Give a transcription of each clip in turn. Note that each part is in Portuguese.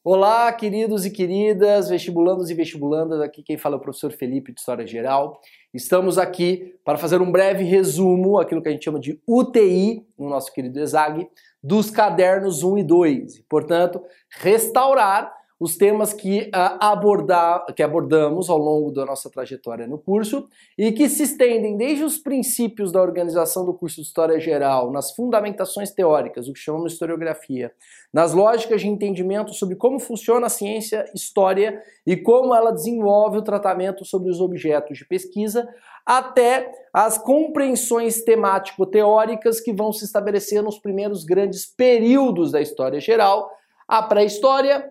Olá, queridos e queridas, vestibulandos e vestibulandas, aqui quem fala é o professor Felipe de História Geral. Estamos aqui para fazer um breve resumo, aquilo que a gente chama de UTI, no nosso querido ESAG, dos cadernos 1 e 2. E, portanto, restaurar os temas que abordamos ao longo da nossa trajetória no curso e que se estendem desde os princípios da organização do curso de História Geral, nas fundamentações teóricas, o que chamamos de historiografia, nas lógicas de entendimento sobre como funciona a ciência história e como ela desenvolve o tratamento sobre os objetos de pesquisa, até as compreensões temático-teóricas que vão se estabelecer nos primeiros grandes períodos da História Geral, a pré-história,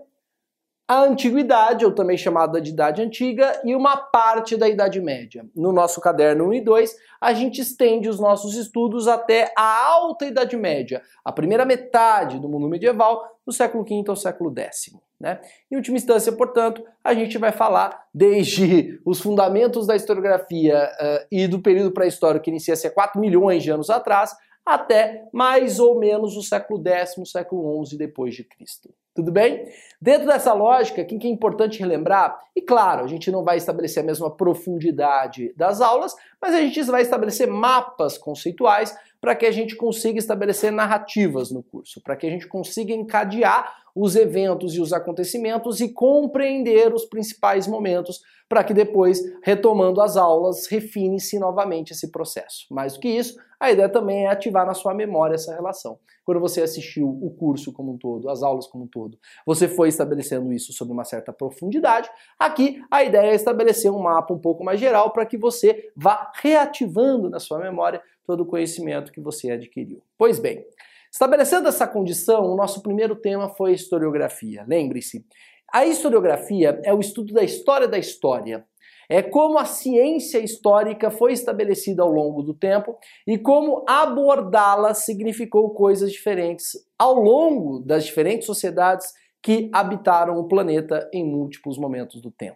a antiguidade, ou também chamada de Idade Antiga, e uma parte da Idade Média. No nosso caderno 1 e 2, a gente estende os nossos estudos até a Alta Idade Média, a primeira metade do mundo medieval, do século V ao século X. Em última instância, portanto, a gente vai falar desde os fundamentos da historiografia e do período pré-histórico que inicia-se há 4 milhões de anos atrás, até mais ou menos o século X, século XI depois de Cristo. Tudo bem? Dentro dessa lógica, o que é importante relembrar, e claro, a gente não vai estabelecer a mesma profundidade das aulas, mas a gente vai estabelecer mapas conceituais para que a gente consiga estabelecer narrativas no curso, para que a gente consiga encadear os eventos e os acontecimentos e compreender os principais momentos, para que depois, retomando as aulas, refine-se novamente esse processo. Mais do que isso, a ideia também é ativar na sua memória essa relação. Quando você assistiu o curso como um todo, as aulas como um todo, você foi estabelecendo isso sob uma certa profundidade. Aqui, a ideia é estabelecer um mapa um pouco mais geral para que você vá reativando na sua memória todo o conhecimento que você adquiriu. Pois bem, estabelecendo essa condição, o nosso primeiro tema foi a historiografia. Lembre-se, a historiografia é o estudo da história. É como a ciência histórica foi estabelecida ao longo do tempo e como abordá-la significou coisas diferentes ao longo das diferentes sociedades que habitaram o planeta em múltiplos momentos do tempo.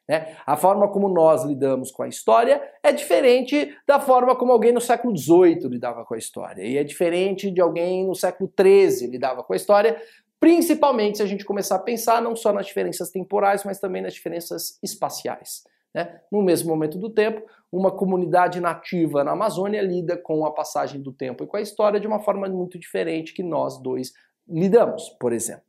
A forma como nós lidamos com a história é diferente da forma como alguém no século XVIII lidava com a história. E é diferente de alguém no século XIII lidava com a história, principalmente se a gente começar a pensar não só nas diferenças temporais, mas também nas diferenças espaciais. No mesmo momento do tempo, uma comunidade nativa na Amazônia lida com a passagem do tempo e com a história de uma forma muito diferente que nós dois lidamos, por exemplo.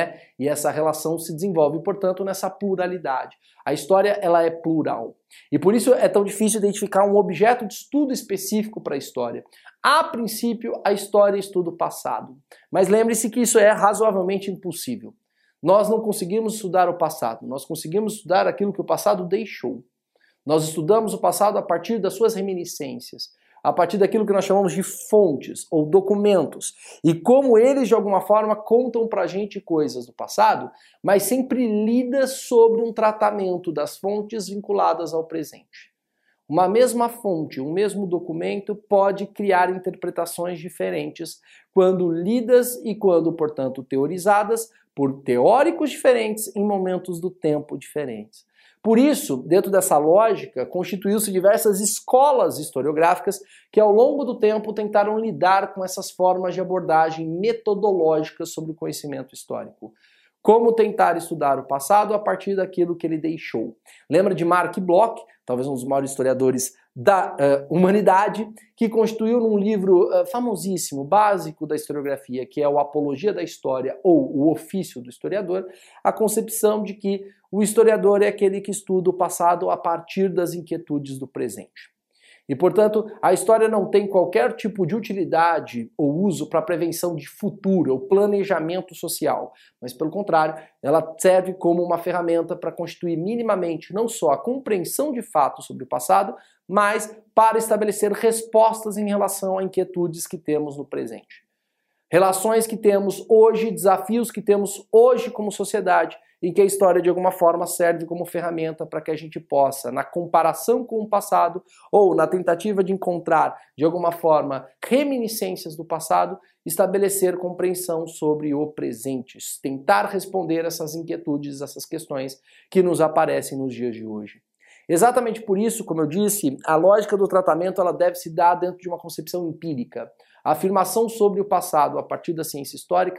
E essa relação se desenvolve, portanto, nessa pluralidade. A história ela é plural. E por isso é tão difícil identificar um objeto de estudo específico para a história. A princípio, a história estuda o passado. Mas lembre-se que isso é razoavelmente impossível. Nós não conseguimos estudar o passado, nós conseguimos estudar aquilo que o passado deixou. Nós estudamos o passado a partir das suas reminiscências, a partir daquilo que nós chamamos de fontes ou documentos, e como eles de alguma forma contam pra gente coisas do passado, mas sempre lidas sobre um tratamento das fontes vinculadas ao presente. Uma mesma fonte, um mesmo documento pode criar interpretações diferentes quando lidas e quando, portanto, teorizadas por teóricos diferentes em momentos do tempo diferentes. Por isso, dentro dessa lógica, constituiu-se diversas escolas historiográficas que ao longo do tempo tentaram lidar com essas formas de abordagem metodológicas sobre o conhecimento histórico. Como tentar estudar o passado a partir daquilo que ele deixou. Lembra de Mark Bloch, talvez um dos maiores historiadores da humanidade, que constituiu num livro famosíssimo, básico da historiografia, que é o Apologia da História, ou o Ofício do Historiador, a concepção de que o historiador é aquele que estuda o passado a partir das inquietudes do presente. E, portanto, a história não tem qualquer tipo de utilidade ou uso para prevenção de futuro ou planejamento social, mas, pelo contrário, ela serve como uma ferramenta para constituir minimamente não só a compreensão de fatos sobre o passado, mas para estabelecer respostas em relação a inquietudes que temos no presente. Relações que temos hoje, desafios que temos hoje como sociedade, e que a história de alguma forma serve como ferramenta para que a gente possa, na comparação com o passado ou na tentativa de encontrar de alguma forma reminiscências do passado, estabelecer compreensão sobre o presente, tentar responder essas inquietudes, essas questões que nos aparecem nos dias de hoje. Exatamente por isso, como eu disse, a lógica do tratamento ela deve se dar dentro de uma concepção empírica. A afirmação sobre o passado a partir da ciência histórica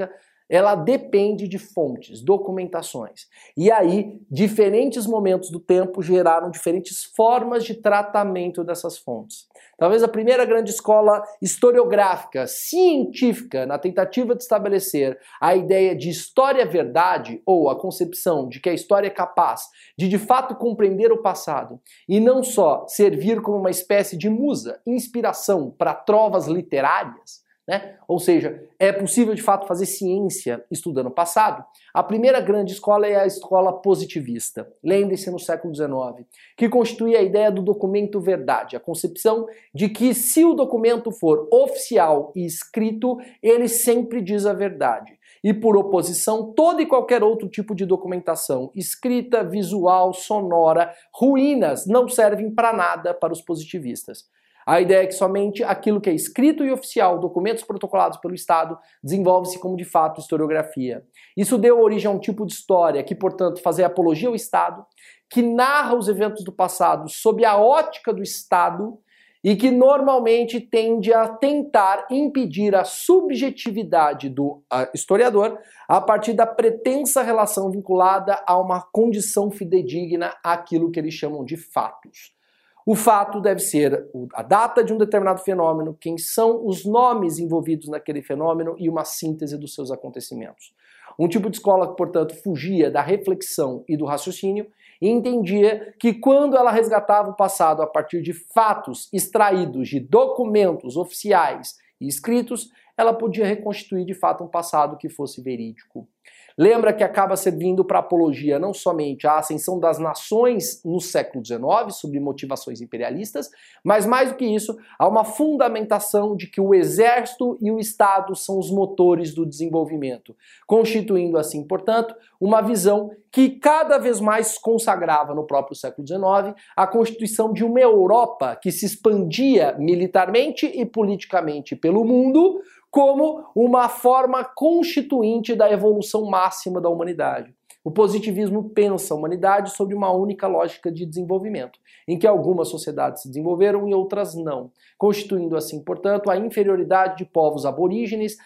ela depende de fontes, documentações. E aí, diferentes momentos do tempo geraram diferentes formas de tratamento dessas fontes. Talvez a primeira grande escola historiográfica, científica, na tentativa de estabelecer a ideia de história-verdade, ou a concepção de que a história é capaz de fato compreender o passado, e não só servir como uma espécie de musa, inspiração para trovas literárias, né? Ou seja, é possível de fato fazer ciência estudando o passado. A primeira grande escola é a escola positivista, lembre-se, no século XIX, que constitui a ideia do documento verdade, a concepção de que se o documento for oficial e escrito, ele sempre diz a verdade. E por oposição, todo e qualquer outro tipo de documentação, escrita, visual, sonora, ruínas, não servem para nada para os positivistas. A ideia é que somente aquilo que é escrito e oficial, documentos protocolados pelo Estado, desenvolve-se como de fato historiografia. Isso deu origem a um tipo de história que, portanto, fazia apologia ao Estado, que narra os eventos do passado sob a ótica do Estado e que normalmente tende a tentar impedir a subjetividade do historiador a partir da pretensa relação vinculada a uma condição fidedigna àquilo que eles chamam de fatos. O fato deve ser a data de um determinado fenômeno, quem são os nomes envolvidos naquele fenômeno e uma síntese dos seus acontecimentos. Um tipo de escola que, portanto, fugia da reflexão e do raciocínio e entendia que quando ela resgatava o passado a partir de fatos extraídos de documentos oficiais e escritos, ela podia reconstituir de fato um passado que fosse verídico. Lembra que acaba servindo para apologia não somente à ascensão das nações no século XIX, sob motivações imperialistas, mas mais do que isso, há uma fundamentação de que o exército e o Estado são os motores do desenvolvimento, constituindo assim, portanto, uma visão que cada vez mais consagrava no próprio século XIX a constituição de uma Europa que se expandia militarmente e politicamente pelo mundo, como uma forma constituinte da evolução máxima da humanidade. O positivismo pensa a humanidade sobre uma única lógica de desenvolvimento, em que algumas sociedades se desenvolveram e outras não, constituindo assim, portanto, a inferioridade de povos aborígenes,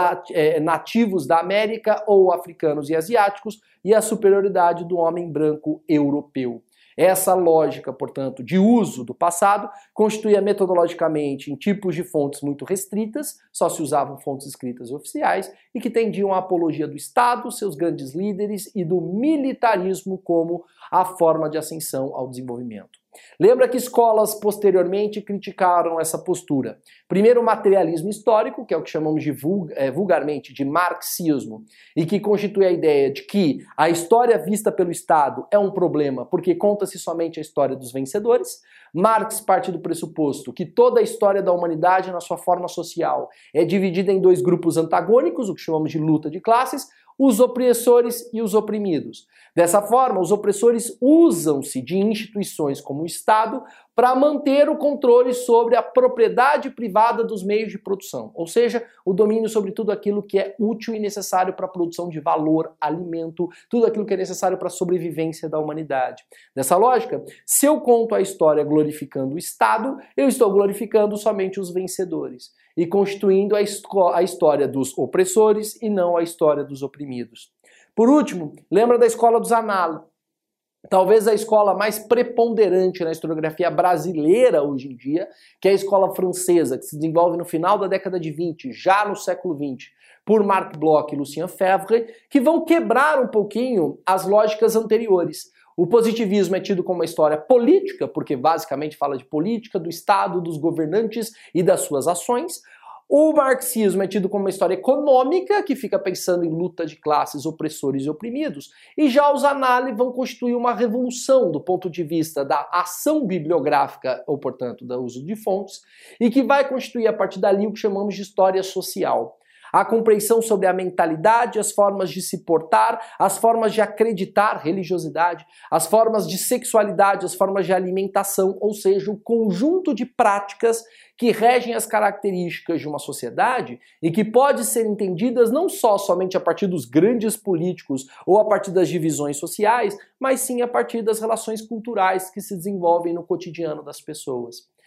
nativos da América ou africanos e asiáticos, e a superioridade do homem branco europeu. Essa lógica, portanto, de uso do passado constituía metodologicamente em tipos de fontes muito restritas, só se usavam fontes escritas e oficiais, e que tendiam à apologia do Estado, seus grandes líderes e do militarismo como a forma de ascensão ao desenvolvimento. Lembra que escolas posteriormente criticaram essa postura. Primeiro, o materialismo histórico, que é o que chamamos de vulgarmente de marxismo, e que constitui a ideia de que a história vista pelo Estado é um problema porque conta-se somente a história dos vencedores. Marx parte do pressuposto que toda a história da humanidade, na sua forma social, é dividida em dois grupos antagônicos, o que chamamos de luta de classes, os opressores e os oprimidos. Dessa forma, os opressores usam-se de instituições como o Estado para manter o controle sobre a propriedade privada dos meios de produção, ou seja, o domínio sobre tudo aquilo que é útil e necessário para a produção de valor, alimento, tudo aquilo que é necessário para a sobrevivência da humanidade. Dessa lógica, se eu conto a história glorificando o Estado, eu estou glorificando somente os vencedores e constituindo a história dos opressores e não a história dos oprimidos. Por último, lembra da escola dos análises. Talvez a escola mais preponderante na historiografia brasileira hoje em dia, que é a escola francesa, que se desenvolve no final da década de 20, já no século 20, por Marc Bloch e Lucien Febvre, que vão quebrar um pouquinho as lógicas anteriores. O positivismo é tido como uma história política, porque basicamente fala de política, do Estado, dos governantes e das suas ações. O marxismo é tido como uma história econômica, que fica pensando em luta de classes, opressores e oprimidos, e já os análises vão constituir uma revolução do ponto de vista da ação bibliográfica, ou portanto, do uso de fontes, e que vai constituir a partir dali o que chamamos de história social. A compreensão sobre a mentalidade, as formas de se portar, as formas de acreditar, religiosidade, as formas de sexualidade, as formas de alimentação, ou seja, o conjunto de práticas que regem as características de uma sociedade e que pode ser entendidas não somente a partir dos grandes políticos ou a partir das divisões sociais, mas sim a partir das relações culturais que se desenvolvem no cotidiano das pessoas.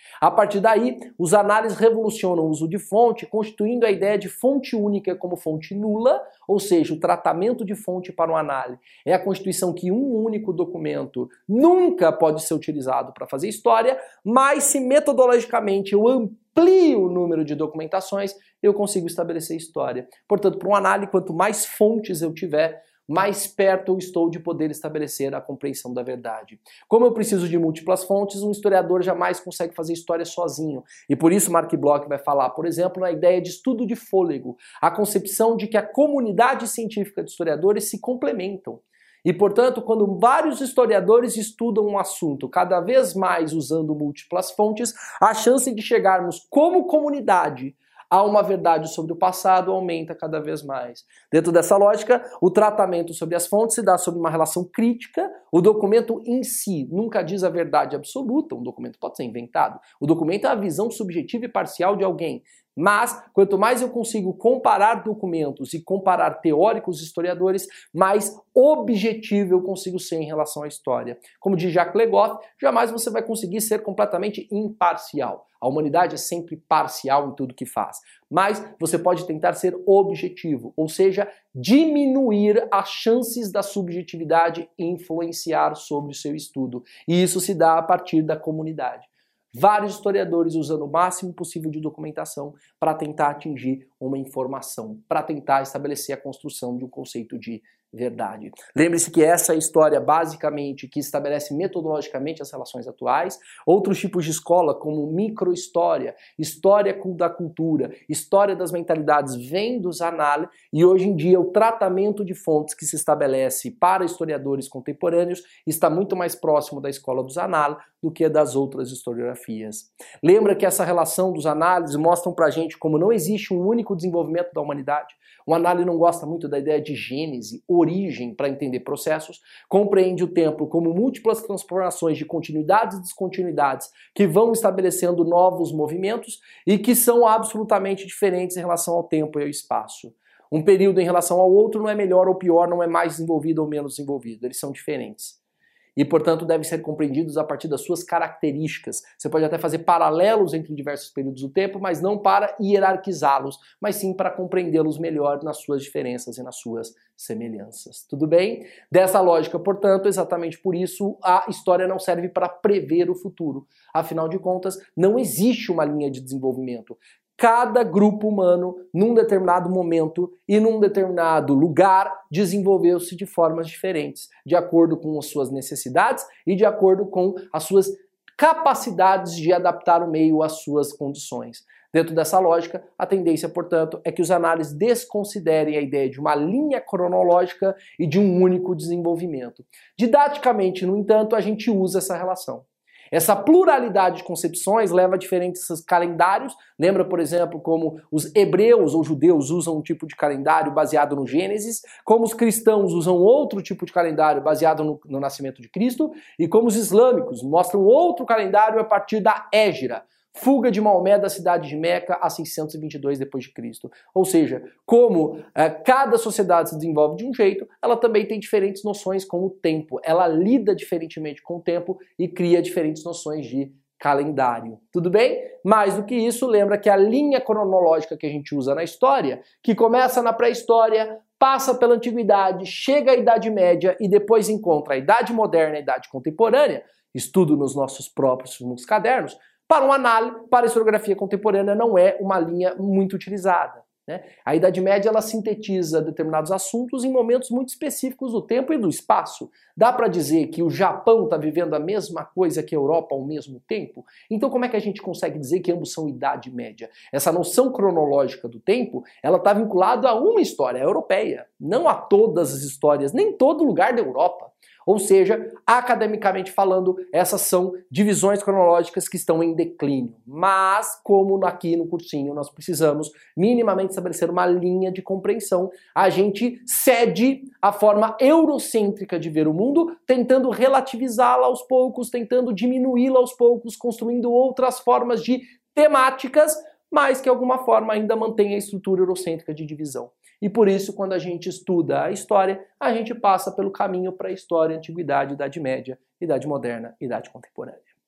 A partir daí, os análises revolucionam o uso de fonte, constituindo a ideia de fonte única como fonte nula, ou seja, o tratamento de fonte para uma análise é a constituição que um único documento nunca pode ser utilizado para fazer história, mas se metodologicamente eu amplio o número de documentações, eu consigo estabelecer história. Portanto, para uma análise, quanto mais fontes eu tiver, mais perto eu estou de poder estabelecer a compreensão da verdade. Como eu preciso de múltiplas fontes, um historiador jamais consegue fazer história sozinho. E por isso Mark Bloch vai falar, por exemplo, na ideia de estudo de fôlego, a concepção de que a comunidade científica de historiadores se complementam. E, portanto, quando vários historiadores estudam um assunto cada vez mais usando múltiplas fontes, a chance de chegarmos como comunidade a uma verdade sobre o passado aumenta cada vez mais. Dentro dessa lógica, o tratamento sobre as fontes se dá sob uma relação crítica. O documento em si nunca diz a verdade absoluta, um documento pode ser inventado. O documento é a visão subjetiva e parcial de alguém. Mas, quanto mais eu consigo comparar documentos e comparar teóricos e historiadores, mais objetivo eu consigo ser em relação à história. Como diz Jacques Le Goff, jamais você vai conseguir ser completamente imparcial. A humanidade é sempre parcial em tudo que faz. Mas você pode tentar ser objetivo, ou seja, diminuir as chances da subjetividade influenciar sobre o seu estudo. E isso se dá a partir da comunidade. Vários historiadores usando o máximo possível de documentação para tentar atingir uma informação, para tentar estabelecer a construção de um conceito de verdade. Lembre-se que essa é a história, basicamente, que estabelece metodologicamente as relações atuais. Outros tipos de escola, como microhistória, história da cultura, história das mentalidades, vêm dos análises, e hoje em dia o tratamento de fontes que se estabelece para historiadores contemporâneos está muito mais próximo da escola dos análises do que das outras historiografias. Lembra que essa relação dos análises mostram pra gente como não existe um único desenvolvimento da humanidade. O análise não gosta muito da ideia de gênese, origem para entender processos, compreende o tempo como múltiplas transformações de continuidades e descontinuidades que vão estabelecendo novos movimentos e que são absolutamente diferentes em relação ao tempo e ao espaço. Um período em relação ao outro não é melhor ou pior, não é mais desenvolvido ou menos desenvolvido, eles são diferentes. E, portanto, devem ser compreendidos a partir das suas características. Você pode até fazer paralelos entre diversos períodos do tempo, mas não para hierarquizá-los, mas sim para compreendê-los melhor nas suas diferenças e nas suas semelhanças. Tudo bem? Dessa lógica, portanto, exatamente por isso, a história não serve para prever o futuro. Afinal de contas, não existe uma linha de desenvolvimento. Cada grupo humano, num determinado momento e num determinado lugar, desenvolveu-se de formas diferentes, de acordo com as suas necessidades e de acordo com as suas capacidades de adaptar o meio às suas condições. Dentro dessa lógica, a tendência, portanto, é que os análises desconsiderem a ideia de uma linha cronológica e de um único desenvolvimento. Didaticamente, no entanto, a gente usa essa relação. Essa pluralidade de concepções leva a diferentes calendários. Lembra, por exemplo, como os hebreus ou judeus usam um tipo de calendário baseado no Gênesis, como os cristãos usam outro tipo de calendário baseado no nascimento de Cristo, e como os islâmicos mostram outro calendário a partir da Hégira, fuga de Maomé da cidade de Meca a 622 d.C. Ou seja, como cada sociedade se desenvolve de um jeito, ela também tem diferentes noções com o tempo. Ela lida diferentemente com o tempo e cria diferentes noções de calendário. Tudo bem? Mais do que isso, lembra que a linha cronológica que a gente usa na história, que começa na pré-história, passa pela antiguidade, chega à Idade Média e depois encontra a Idade Moderna e a Idade Contemporânea, estudo nos nossos próprios cadernos, para uma análise, para a historiografia contemporânea não é uma linha muito utilizada. Né? A Idade Média ela sintetiza determinados assuntos em momentos muito específicos do tempo e do espaço. Dá para dizer que o Japão está vivendo a mesma coisa que a Europa ao mesmo tempo? Então como é que a gente consegue dizer que ambos são Idade Média? Essa noção cronológica do tempo, ela está vinculada a uma história europeia, não a todas as histórias, nem todo lugar da Europa. Ou seja, academicamente falando, essas são divisões cronológicas que estão em declínio. Mas, como aqui no cursinho nós precisamos minimamente estabelecer uma linha de compreensão, a gente cede a forma eurocêntrica de ver o mundo, tentando relativizá-la aos poucos, tentando diminuí-la aos poucos, construindo outras formas de temáticas, mas que de alguma forma ainda mantém a estrutura eurocêntrica de divisão. E por isso, quando a gente estuda a história, a gente passa pelo caminho para a história, antiguidade, Idade Média, Idade Moderna, Idade Contemporânea.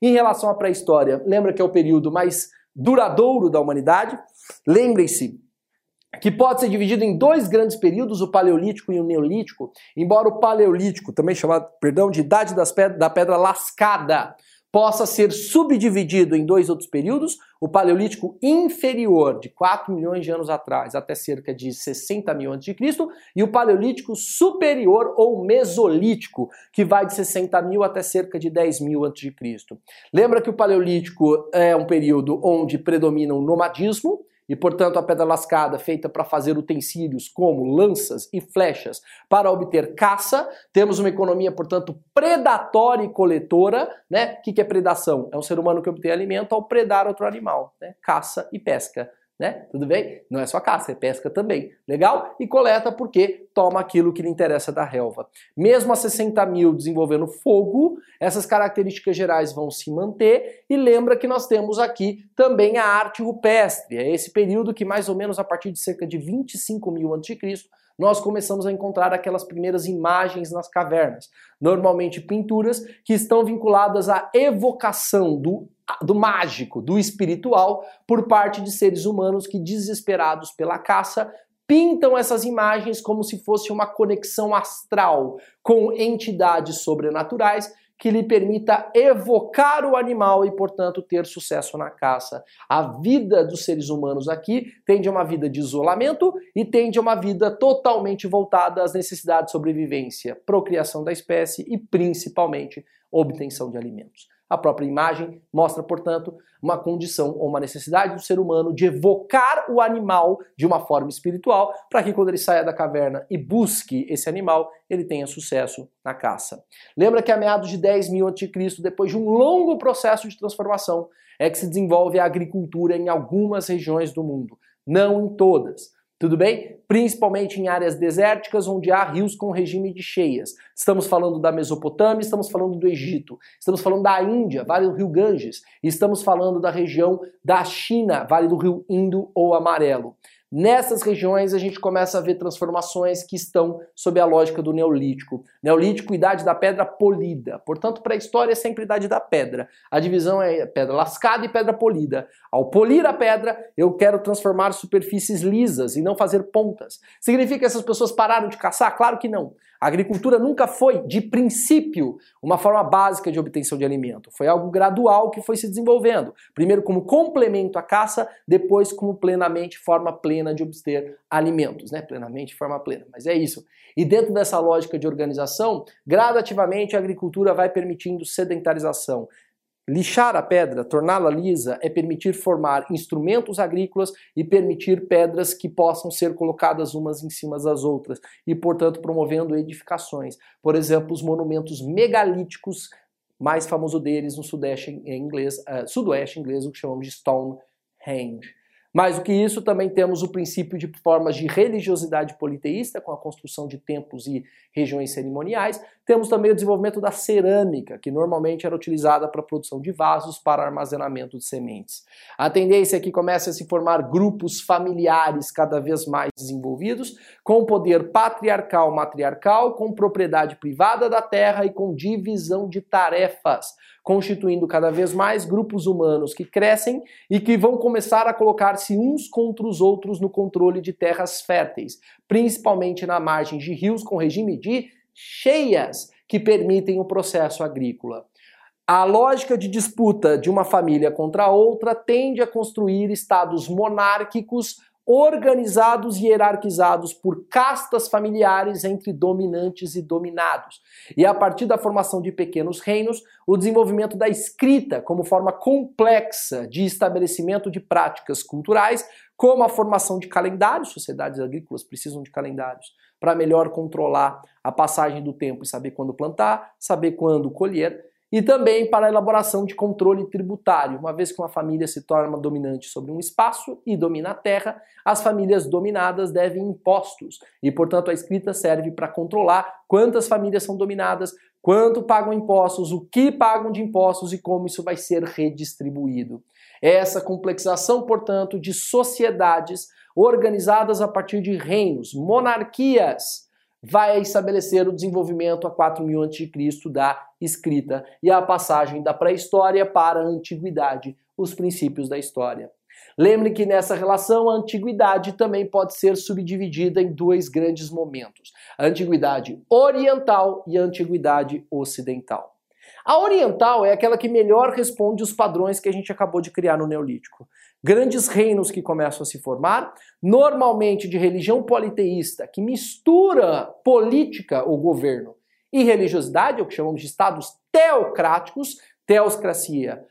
Em relação à pré-história, lembra que é o período mais duradouro da humanidade? Lembrem-se que pode ser dividido em dois grandes períodos, o Paleolítico e o Neolítico, embora o Paleolítico, também chamado, de Idade da Pedra Lascada, possa ser subdividido em dois outros períodos, o Paleolítico inferior, de 4 milhões de anos atrás, até cerca de 60 mil a.C., e o Paleolítico superior ou Mesolítico, que vai de 60 mil até cerca de 10 mil a.C. Lembra que o Paleolítico é um período onde predomina o nomadismo, e, portanto, a pedra lascada feita para fazer utensílios como lanças e flechas para obter caça. Temos uma economia, portanto, predatória e coletora, né? O que é predação? É um ser humano que obtém alimento ao predar outro animal, né? Caça e pesca. Né? Tudo bem? Não é só caça, é pesca também. Legal? E coleta porque toma aquilo que lhe interessa da relva. Mesmo a 60 mil desenvolvendo fogo, essas características gerais vão se manter. E lembra que nós temos aqui também a arte rupestre. É esse período que mais ou menos a partir de cerca de 25 mil a.C., nós começamos a encontrar aquelas primeiras imagens nas cavernas. Normalmente pinturas que estão vinculadas à evocação do mágico, do espiritual, por parte de seres humanos que, desesperados pela caça, pintam essas imagens como se fosse uma conexão astral com entidades sobrenaturais que lhe permita evocar o animal e, portanto, ter sucesso na caça. A vida dos seres humanos aqui tende a uma vida de isolamento e tende a uma vida totalmente voltada às necessidades de sobrevivência, procriação da espécie e, principalmente, obtenção de alimentos. A própria imagem mostra, portanto, uma condição ou uma necessidade do ser humano de evocar o animal de uma forma espiritual para que quando ele saia da caverna e busque esse animal, ele tenha sucesso na caça. Lembra que a meados de 10 mil a.C., depois de um longo processo de transformação, é que se desenvolve a agricultura em algumas regiões do mundo, não em todas. Tudo bem? Principalmente em áreas desérticas onde há rios com regime de cheias. Estamos falando da Mesopotâmia, estamos falando do Egito, estamos falando da Índia, Vale do Rio Ganges, e estamos falando da região da China, Vale do Rio Indo ou Amarelo. Nessas regiões a gente começa a ver transformações que estão sob a lógica do Neolítico. Neolítico, Idade da Pedra polida. Portanto, pré-história é sempre Idade da Pedra. A divisão é pedra lascada e pedra polida. Ao polir a pedra, eu quero transformar superfícies lisas e não fazer pontas. Significa que essas pessoas pararam de caçar? Claro que não. A agricultura nunca foi, de princípio, uma forma básica de obtenção de alimento. Foi algo gradual que foi se desenvolvendo. Primeiro como complemento à caça, depois como forma plena de obter alimentos, né? Plenamente, forma plena, mas é isso. E dentro dessa lógica de organização, gradativamente a agricultura vai permitindo sedentarização. Lixar a pedra, torná-la lisa, é permitir formar instrumentos agrícolas e permitir pedras que possam ser colocadas umas em cima das outras e, portanto, promovendo edificações. Por exemplo, os monumentos megalíticos, mais famoso deles no sudoeste inglês, o que chamamos de Stonehenge. Mais do que isso, também temos o princípio de formas de religiosidade politeísta, com a construção de templos e regiões cerimoniais. Temos também o desenvolvimento da cerâmica, que normalmente era utilizada para a produção de vasos para armazenamento de sementes. A tendência é que comece a se formar grupos familiares cada vez mais desenvolvidos, com poder patriarcal-matriarcal, com propriedade privada da terra e com divisão de tarefas, constituindo cada vez mais grupos humanos que crescem e que vão começar a colocar-se uns contra os outros no controle de terras férteis, principalmente na margem de rios com regime de cheias que permitem o processo agrícola. A lógica de disputa de uma família contra a outra tende a construir estados monárquicos organizados e hierarquizados por castas familiares entre dominantes e dominados. E a partir da formação de pequenos reinos, o desenvolvimento da escrita como forma complexa de estabelecimento de práticas culturais, como a formação de calendários, sociedades agrícolas precisam de calendários, para melhor controlar a passagem do tempo e saber quando plantar, saber quando colher, e também para a elaboração de controle tributário. Uma vez que uma família se torna dominante sobre um espaço e domina a terra, as famílias dominadas devem impostos. E, portanto, a escrita serve para controlar quantas famílias são dominadas, quanto pagam impostos, o que pagam de impostos e como isso vai ser redistribuído. Essa complexização, portanto, de sociedades organizadas a partir de reinos, monarquias, vai estabelecer o desenvolvimento a 4000 a.C. da escrita e a passagem da pré-história para a antiguidade, os princípios da história. Lembre que nessa relação a antiguidade também pode ser subdividida em dois grandes momentos: a antiguidade oriental e a antiguidade ocidental. A oriental é aquela que melhor responde os padrões que a gente acabou de criar no Neolítico. Grandes reinos que começam a se formar, normalmente de religião politeísta, que mistura política ou governo e religiosidade, o que chamamos de estados teocráticos, teoscracia,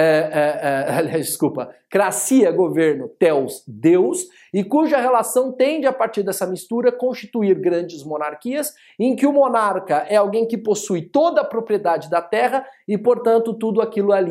cracia, governo, teos, Deus, e cuja relação tende, a partir dessa mistura, constituir grandes monarquias, em que o monarca é alguém que possui toda a propriedade da terra e, portanto, tudo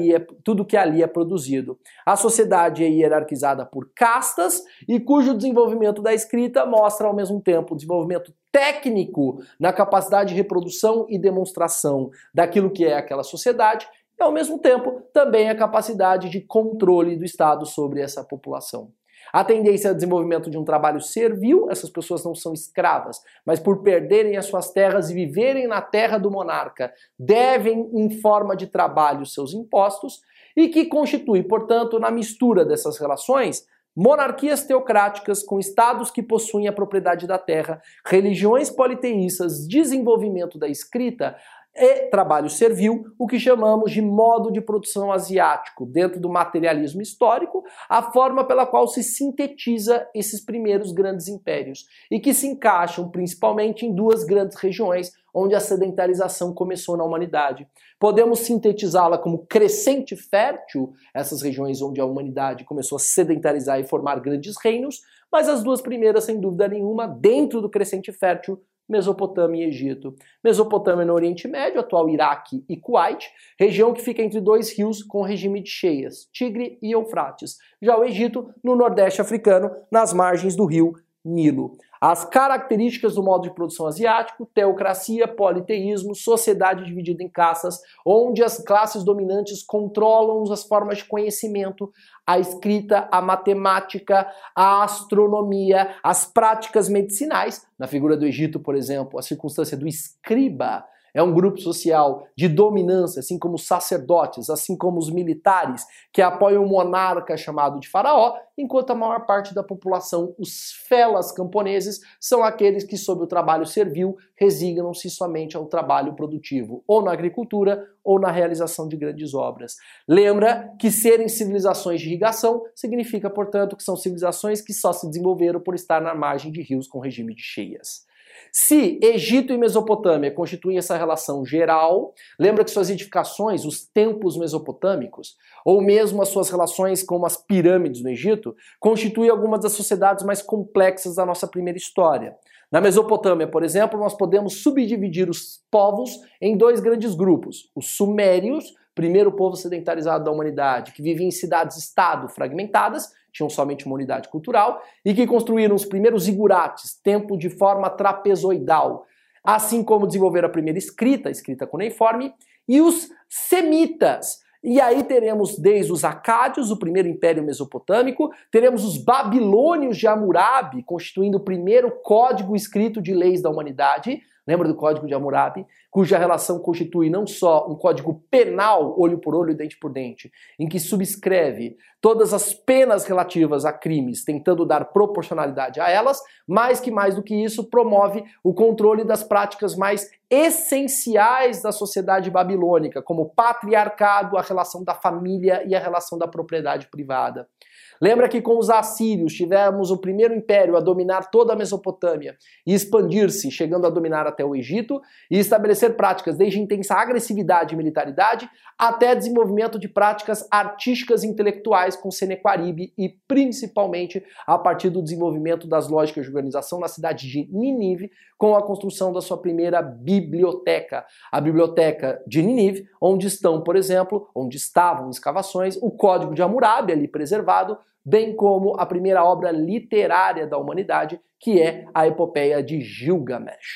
que ali é produzido. A sociedade é hierarquizada por castas e cujo desenvolvimento da escrita mostra, ao mesmo tempo, o desenvolvimento técnico na capacidade de reprodução e demonstração daquilo que é aquela sociedade, e, ao mesmo tempo, também a capacidade de controle do Estado sobre essa população. A tendência ao desenvolvimento de um trabalho servil, essas pessoas não são escravas, mas por perderem as suas terras e viverem na terra do monarca, devem, em forma de trabalho, seus impostos, e que constitui, portanto, na mistura dessas relações, monarquias teocráticas com estados que possuem a propriedade da terra, religiões politeístas, desenvolvimento da escrita, e trabalho servil, o que chamamos de modo de produção asiático, dentro do materialismo histórico, a forma pela qual se sintetiza esses primeiros grandes impérios, e que se encaixam principalmente em duas grandes regiões onde a sedentarização começou na humanidade. Podemos sintetizá-la como crescente fértil, essas regiões onde a humanidade começou a sedentarizar e formar grandes reinos, mas as duas primeiras, sem dúvida nenhuma, dentro do crescente fértil, Mesopotâmia e Egito. Mesopotâmia no Oriente Médio, atual Iraque e Kuwait, região que fica entre dois rios com regime de cheias, Tigre e Eufrates. Já o Egito, no Nordeste africano, nas margens do rio Nilo. As características do modo de produção asiático: teocracia, politeísmo, sociedade dividida em castas, onde as classes dominantes controlam as formas de conhecimento, a escrita, a matemática, a astronomia, as práticas medicinais. Na figura do Egito, por exemplo, a circunstância do escriba é um grupo social de dominância, assim como os sacerdotes, assim como os militares, que apoiam um monarca chamado de faraó, enquanto a maior parte da população, os felas camponeses, são aqueles que, sob o trabalho servil, resignam-se somente ao trabalho produtivo, ou na agricultura, ou na realização de grandes obras. Lembra que serem civilizações de irrigação significa, portanto, que são civilizações que só se desenvolveram por estar na margem de rios com regime de cheias. Se Egito e Mesopotâmia constituem essa relação geral, lembra que suas edificações, os templos mesopotâmicos, ou mesmo as suas relações como as pirâmides no Egito, constituem algumas das sociedades mais complexas da nossa primeira história. Na Mesopotâmia, por exemplo, nós podemos subdividir os povos em dois grandes grupos: os sumérios, primeiro povo sedentarizado da humanidade, que vivia em cidades-estado fragmentadas, tinham somente uma unidade cultural, e que construíram os primeiros zigurates, templo de forma trapezoidal, assim como desenvolveram a primeira escrita, escrita cuneiforme, e os semitas. E aí teremos desde os acádios, o primeiro império mesopotâmico, teremos os babilônios de Hammurabi, constituindo o primeiro código escrito de leis da humanidade. Lembra do Código de Hammurabi? Cuja relação constitui não só um código penal, olho por olho, dente por dente, em que subscreve todas as penas relativas a crimes, tentando dar proporcionalidade a elas, mas que mais do que isso promove o controle das práticas mais essenciais da sociedade babilônica, como o patriarcado, a relação da família e a relação da propriedade privada. Lembra que com os assírios tivemos o primeiro império a dominar toda a Mesopotâmia e expandir-se, chegando a dominar até o Egito e estabelecer práticas desde intensa agressividade e militaridade até desenvolvimento de práticas artísticas e intelectuais com Senequaribe e principalmente a partir do desenvolvimento das lógicas de organização na cidade de Nínive com a construção da sua primeira biblioteca, a Biblioteca de Nínive, onde estão, por exemplo, onde estavam escavações, o Código de Hammurabi ali preservado, bem como a primeira obra literária da humanidade, que é a Epopeia de Gilgamesh.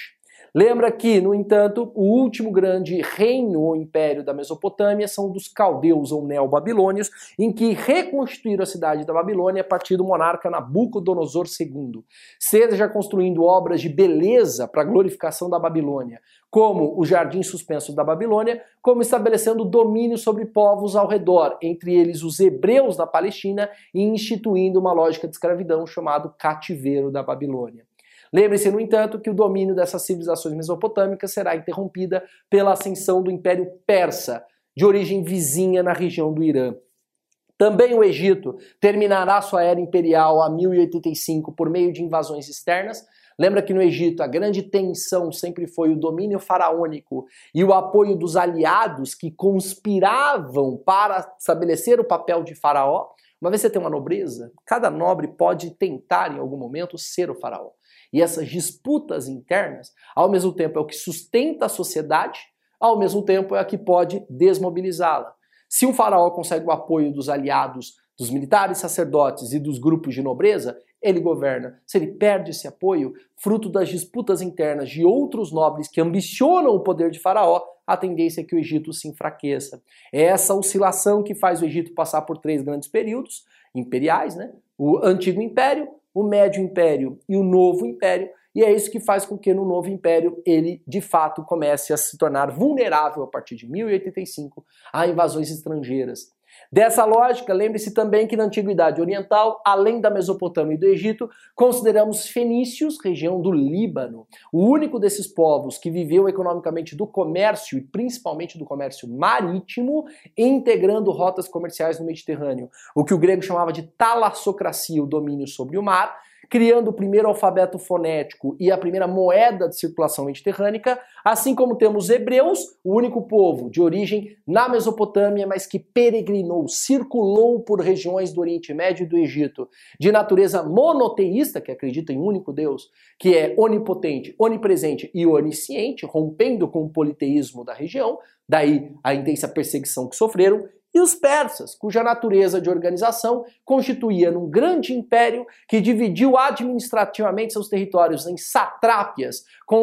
Lembra que, no entanto, o último grande reino ou império da Mesopotâmia são dos caldeus ou neobabilônios, em que reconstruíram a cidade da Babilônia a partir do monarca Nabucodonosor II, seja construindo obras de beleza para a glorificação da Babilônia, como o Jardim Suspenso da Babilônia, como estabelecendo domínio sobre povos ao redor, entre eles os hebreus na Palestina, e instituindo uma lógica de escravidão chamado cativeiro da Babilônia. Lembre-se, no entanto, que o domínio dessas civilizações mesopotâmicas será interrompida pela ascensão do Império Persa, de origem vizinha na região do Irã. Também o Egito terminará sua era imperial a 1085 por meio de invasões externas. Lembra que no Egito a grande tensão sempre foi o domínio faraônico e o apoio dos aliados que conspiravam para estabelecer o papel de faraó? Uma vez você tem uma nobreza, cada nobre pode tentar em algum momento ser o faraó. E essas disputas internas, ao mesmo tempo, é o que sustenta a sociedade, ao mesmo tempo é a que pode desmobilizá-la. Se um faraó consegue o apoio dos aliados, dos militares, sacerdotes e dos grupos de nobreza, ele governa. Se ele perde esse apoio, fruto das disputas internas de outros nobres que ambicionam o poder de faraó, a tendência é que o Egito se enfraqueça. É essa oscilação que faz o Egito passar por 3 grandes períodos imperiais, né? O Antigo Império, o Médio Império e o Novo Império, e é isso que faz com que no Novo Império ele, de fato, comece a se tornar vulnerável a partir de 1085 a invasões estrangeiras. Dessa lógica, lembre-se também que na Antiguidade Oriental, além da Mesopotâmia e do Egito, consideramos fenícios, região do Líbano. O único desses povos que viveu economicamente do comércio, e principalmente do comércio marítimo, integrando rotas comerciais no Mediterrâneo. O que o grego chamava de talassocracia, o domínio sobre o mar, criando o primeiro alfabeto fonético e a primeira moeda de circulação mediterrânica, assim como temos hebreus, o único povo de origem na Mesopotâmia, mas que peregrinou, circulou por regiões do Oriente Médio e do Egito, de natureza monoteísta, que acredita em um único Deus, que é onipotente, onipresente e onisciente, rompendo com o politeísmo da região, daí a intensa perseguição que sofreram, e os persas, cuja natureza de organização constituía num grande império que dividiu administrativamente seus territórios em satrápias,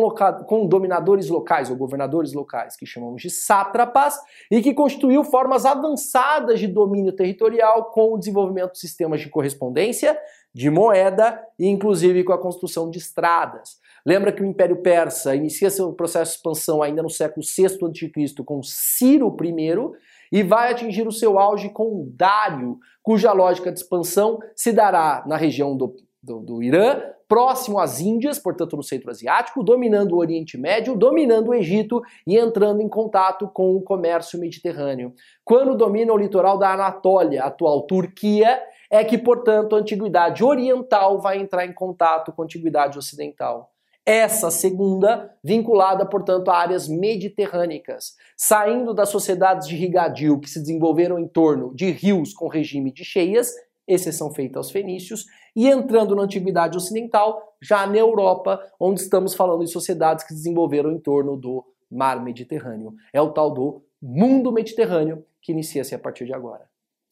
com dominadores locais ou governadores locais, que chamamos de sátrapas, e que constituiu formas avançadas de domínio territorial com o desenvolvimento de sistemas de correspondência, de moeda e inclusive com a construção de estradas. Lembra que o Império Persa inicia seu processo de expansão ainda no século VI a.C. com Ciro I, e vai atingir o seu auge com Dário, cuja lógica de expansão se dará na região do Irã, próximo às Índias, portanto no centro asiático, dominando o Oriente Médio, dominando o Egito e entrando em contato com o comércio mediterrâneo. Quando domina o litoral da Anatólia, atual Turquia, é que, portanto, a antiguidade oriental vai entrar em contato com a antiguidade ocidental. Essa segunda, vinculada, portanto, a áreas mediterrânicas, saindo das sociedades de regadio que se desenvolveram em torno de rios com regime de cheias, exceção feita aos fenícios, e entrando na antiguidade ocidental, já na Europa, onde estamos falando de sociedades que se desenvolveram em torno do mar Mediterrâneo. É o tal do mundo mediterrâneo que inicia-se a partir de agora.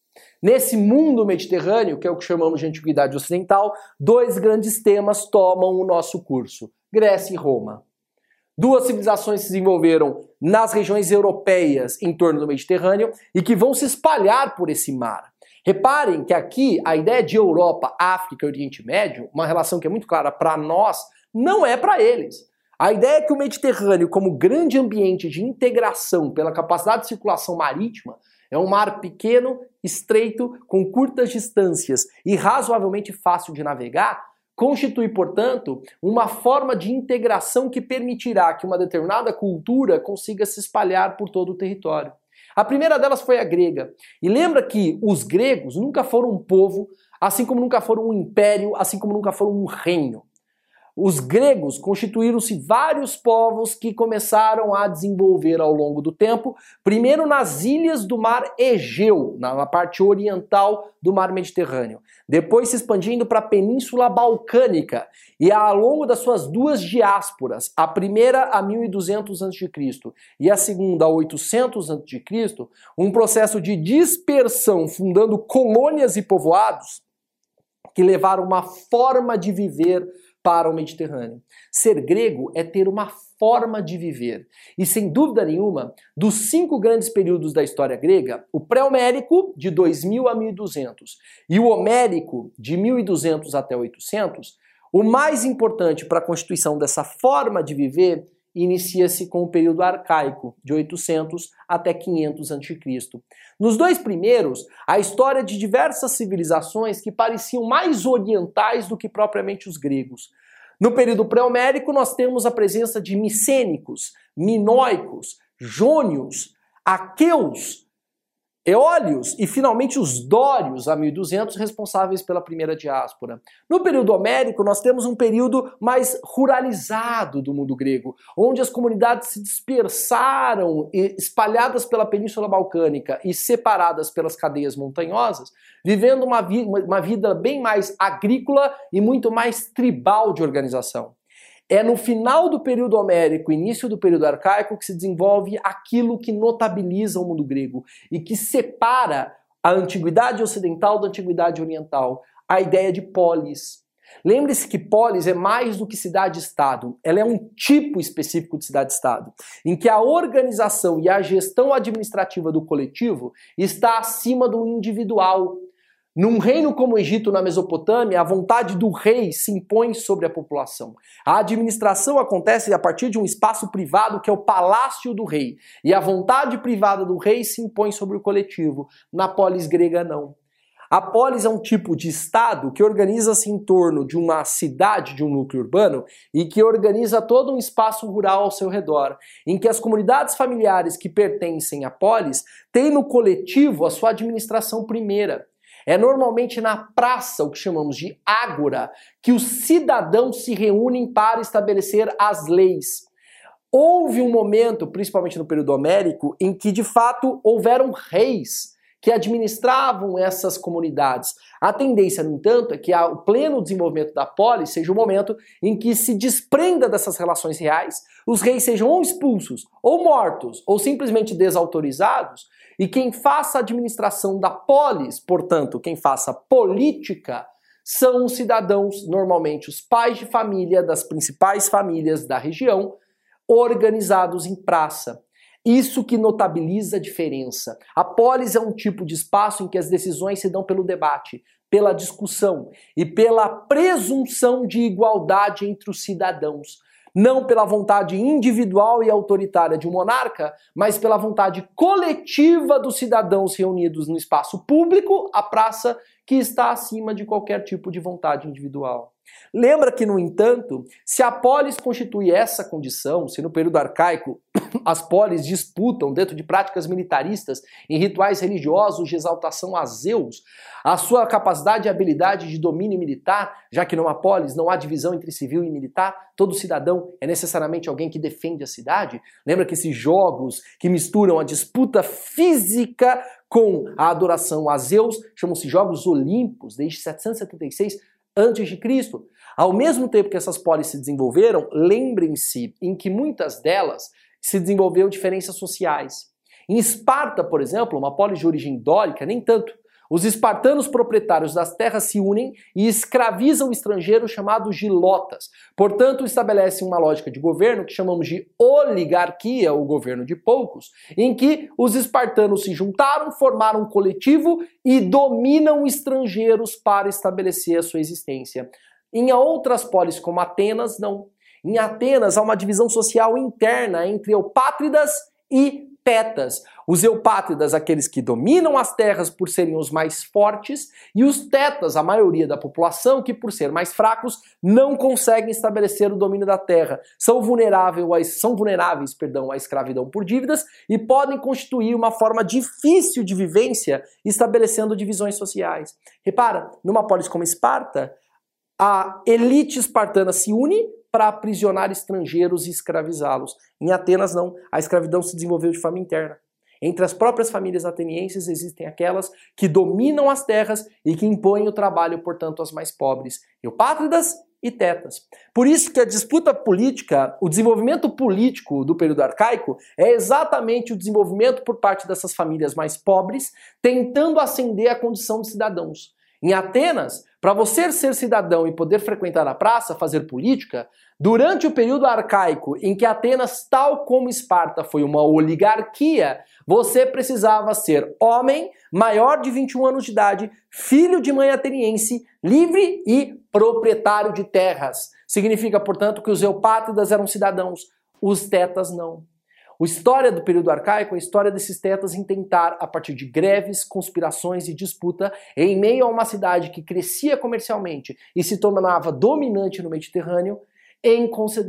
Nesse mundo mediterrâneo, que é o que chamamos de antiguidade ocidental, 2 grandes temas tomam o nosso curso: Grécia e Roma. 2 civilizações se desenvolveram nas regiões europeias em torno do Mediterrâneo e que vão se espalhar por esse mar. Reparem que aqui a ideia de Europa, África e Oriente Médio, uma relação que é muito clara para nós, não é para eles. A ideia é que o Mediterrâneo, como grande ambiente de integração pela capacidade de circulação marítima, é um mar pequeno, estreito, com curtas distâncias e razoavelmente fácil de navegar, constitui, portanto, uma forma de integração que permitirá que uma determinada cultura consiga se espalhar por todo o território. A primeira delas foi a grega. E lembra que os gregos nunca foram um povo, assim como nunca foram um império, assim como nunca foram um reino. Os gregos constituíram-se vários povos que começaram a desenvolver ao longo do tempo, primeiro nas ilhas do mar Egeu, na parte oriental do mar Mediterrâneo, depois se expandindo para a Península Balcânica e ao longo das suas 2 diásporas, a primeira a 1200 a.C. e a segunda a 800 a.C., um processo de dispersão fundando colônias e povoados que levaram uma forma de viver para o Mediterrâneo. Ser grego é ter uma forma de viver. E sem dúvida nenhuma, dos 5 grandes períodos da história grega, o pré-homérico, de 2000 a 1200, e o homérico, de 1200 até 800, o mais importante para a constituição dessa forma de viver inicia-se com o período arcaico, de 800 até 500 a.C. Nos 2 primeiros, a história de diversas civilizações que pareciam mais orientais do que propriamente os gregos. No período pré-homérico, nós temos a presença de micênicos, minoicos, jônios, aqueus, eólios e finalmente os dórios, a 1200, responsáveis pela primeira diáspora. No período homérico, nós temos um período mais ruralizado do mundo grego, onde as comunidades se dispersaram, espalhadas pela Península Balcânica e separadas pelas cadeias montanhosas, vivendo uma vida bem mais agrícola e muito mais tribal de organização. É no final do período homérico, início do período arcaico, que se desenvolve aquilo que notabiliza o mundo grego e que separa a antiguidade ocidental da antiguidade oriental, a ideia de polis. Lembre-se que polis é mais do que cidade-estado, ela é um tipo específico de cidade-estado, em que a organização e a gestão administrativa do coletivo está acima do individual. Num reino como o Egito, na Mesopotâmia, a vontade do rei se impõe sobre a população. A administração acontece a partir de um espaço privado que é o palácio do rei. E a vontade privada do rei se impõe sobre o coletivo. Na polis grega, não. A polis é um tipo de estado que organiza-se em torno de uma cidade, de um núcleo urbano, e que organiza todo um espaço rural ao seu redor, em que as comunidades familiares que pertencem à polis têm no coletivo a sua administração primeira. É normalmente na praça, o que chamamos de ágora, que os cidadãos se reúnem para estabelecer as leis. Houve um momento, principalmente no período homérico, em que de fato houveram reis que administravam essas comunidades. A tendência, no entanto, é que o pleno desenvolvimento da polis seja o momento em que se desprenda dessas relações reais, os reis sejam ou expulsos, ou mortos, ou simplesmente desautorizados, e quem faça a administração da polis, portanto, quem faça política, são os cidadãos, normalmente os pais de família das principais famílias da região, organizados em praça. Isso que notabiliza a diferença. A polis é um tipo de espaço em que as decisões se dão pelo debate, pela discussão e pela presunção de igualdade entre os cidadãos. Não pela vontade individual e autoritária de um monarca, mas pela vontade coletiva dos cidadãos reunidos no espaço público, a praça, que está acima de qualquer tipo de vontade individual. Lembra que, no entanto, se a polis constitui essa condição, se no período arcaico as polis disputam dentro de práticas militaristas, em rituais religiosos de exaltação a Zeus, a sua capacidade e habilidade de domínio militar, já que numa polis não há divisão entre civil e militar, todo cidadão é necessariamente alguém que defende a cidade. Lembra que esses jogos que misturam a disputa física com a adoração a Zeus chamam-se Jogos Olímpicos, desde 776 a.C. Ao mesmo tempo que essas polis se desenvolveram, lembrem-se em que muitas delas se desenvolveram diferenças sociais. Em Esparta, por exemplo, uma polis de origem dórica, nem tanto. Os espartanos proprietários das terras se unem e escravizam estrangeiros chamados gilotas. Portanto, estabelecem uma lógica de governo que chamamos de oligarquia, ou governo de poucos, em que os espartanos se juntaram, formaram um coletivo e dominam estrangeiros para estabelecer a sua existência. Em outras polis, como Atenas, não. Em Atenas há uma divisão social interna entre eupátridas e tetas. Os eupátridas, aqueles que dominam as terras por serem os mais fortes, e os tetas, a maioria da população, que por ser mais fracos, não conseguem estabelecer o domínio da terra. São vulneráveis à escravidão por dívidas e podem constituir uma forma difícil de vivência, estabelecendo divisões sociais. Repara, numa polis como Esparta, a elite espartana se une para aprisionar estrangeiros e escravizá-los. Em Atenas, não. A escravidão se desenvolveu de forma interna. Entre as próprias famílias atenienses existem aquelas que dominam as terras e que impõem o trabalho, portanto, às mais pobres. Eupátridas e tetas. Por isso que a disputa política, o desenvolvimento político do período arcaico é exatamente o desenvolvimento por parte dessas famílias mais pobres, tentando ascender à condição de cidadãos. Em Atenas, Para você ser cidadão e poder frequentar a praça, fazer política, durante o período arcaico em que Atenas, tal como Esparta, foi uma oligarquia, você precisava ser homem, maior de 21 anos de idade, filho de mãe ateniense, livre e proprietário de terras. Significa, portanto, que os eupátridas eram cidadãos, os tetas não. A história do período arcaico é a história desses tetas em tentar, a partir de greves, conspirações e disputa, em meio a uma cidade que crescia comercialmente e se tornava dominante no Mediterrâneo, em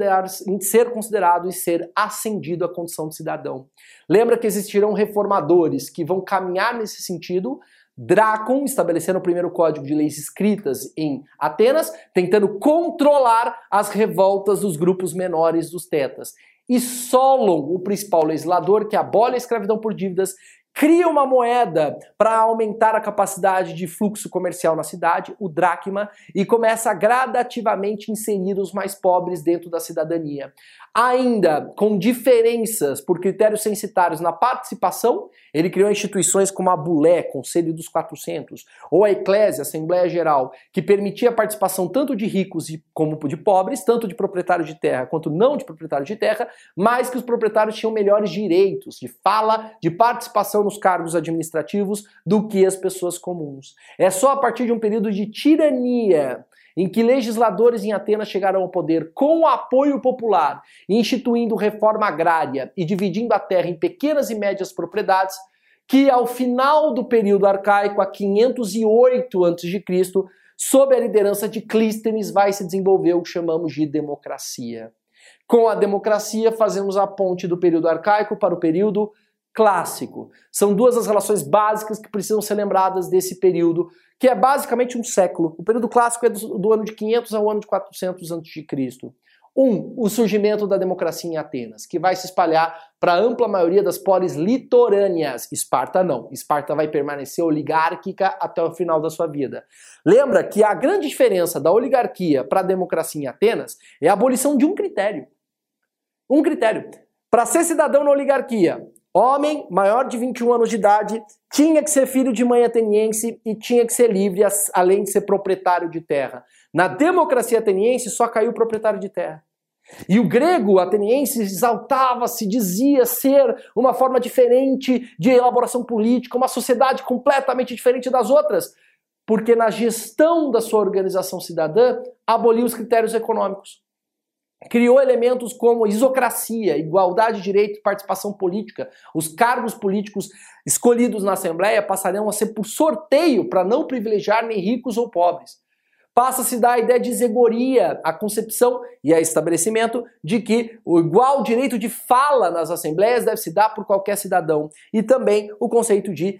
ser considerado e ser ascendido à condição de cidadão. Lembra que existirão reformadores que vão caminhar nesse sentido. Drácon estabelecendo o primeiro código de leis escritas em Atenas, tentando controlar as revoltas dos grupos menores dos tetas. E Solon, o principal legislador, que abole a escravidão por dívidas, cria uma moeda para aumentar a capacidade de fluxo comercial na cidade, o dracma, e começa a gradativamente inserir os mais pobres dentro da cidadania. Ainda com diferenças por critérios censitários na participação, ele criou instituições como a Bulé, Conselho dos 400, ou a Eclésia, Assembleia Geral, que permitia a participação tanto de ricos como de pobres, tanto de proprietários de terra quanto não de proprietários de terra, mas que os proprietários tinham melhores direitos de fala, de participação nos cargos administrativos do que as pessoas comuns. É só a partir de um período de tirania em que legisladores em Atenas chegaram ao poder com o apoio popular, instituindo reforma agrária e dividindo a terra em pequenas e médias propriedades, que ao final do período arcaico, a 508 a.C., sob a liderança de Clístenes, vai se desenvolver o que chamamos de democracia. Com a democracia, fazemos a ponte do período arcaico para o período clássico. São duas as relações básicas que precisam ser lembradas desse período, que é basicamente um século. O período clássico é do ano de 500 ao ano de 400 a.C. O surgimento da democracia em Atenas, que vai se espalhar para a ampla maioria das polis litorâneas. Esparta não. Esparta vai permanecer oligárquica até o final da sua vida. Lembra que a grande diferença da oligarquia para a democracia em Atenas é a abolição de um critério. Um critério. Para ser cidadão na oligarquia, homem maior de 21 anos de idade, tinha que ser filho de mãe ateniense e tinha que ser livre, além de ser proprietário de terra. Na democracia ateniense só caiu o proprietário de terra. E o grego ateniense exaltava-se, dizia ser uma forma diferente de elaboração política, uma sociedade completamente diferente das outras, porque na gestão da sua organização cidadã aboliu os critérios econômicos. Criou elementos como isocracia, igualdade de direito e participação política. Os cargos políticos escolhidos na Assembleia passarão a ser por sorteio para não privilegiar nem ricos ou pobres. Passa-se da ideia de zegoria, a concepção e a estabelecimento de que o igual direito de fala nas assembleias deve se dar por qualquer cidadão. E também o conceito de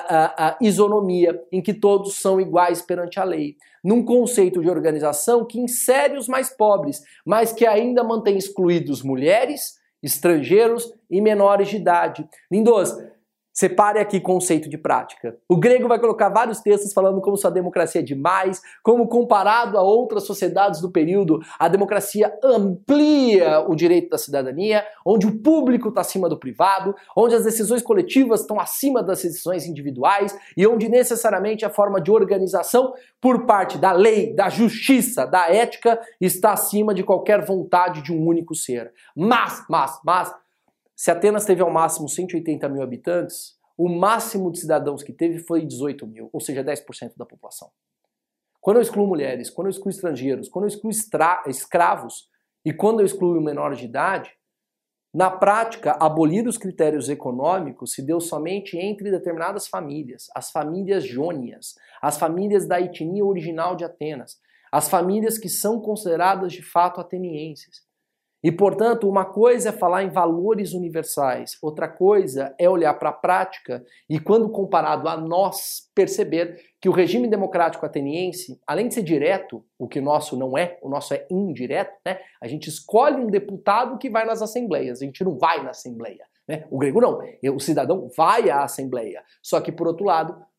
isonomia, em que todos são iguais perante a lei. Num conceito de organização que insere os mais pobres, mas que ainda mantém excluídos mulheres, estrangeiros e menores de idade. Lindoso, separe aqui conceito de prática. O grego vai colocar vários textos falando como sua democracia é demais, como comparado a outras sociedades do período, a democracia amplia o direito da cidadania, onde o público está acima do privado, onde as decisões coletivas estão acima das decisões individuais e onde necessariamente a forma de organização por parte da lei, da justiça, da ética está acima de qualquer vontade de um único ser. Mas, se Atenas teve ao máximo 180 mil habitantes, o máximo de cidadãos que teve foi 18 mil, ou seja, 10% da população. Quando eu excluo mulheres, quando eu excluo estrangeiros, quando eu excluo escravos e quando eu excluo menores de idade, na prática, abolir os critérios econômicos se deu somente entre determinadas famílias, as famílias jônias, as famílias da etnia original de Atenas, as famílias que são consideradas de fato atenienses. E, portanto, uma coisa é falar em valores universais, outra coisa é olhar para a prática e, quando comparado a nós, perceber que o regime democrático ateniense, além de ser direto, o que o nosso não é, o nosso é indireto, né? A gente escolhe um deputado que vai nas assembleias, a gente não vai na assembleia, né? O grego não, o cidadão vai à assembleia. Só que, por outro lado,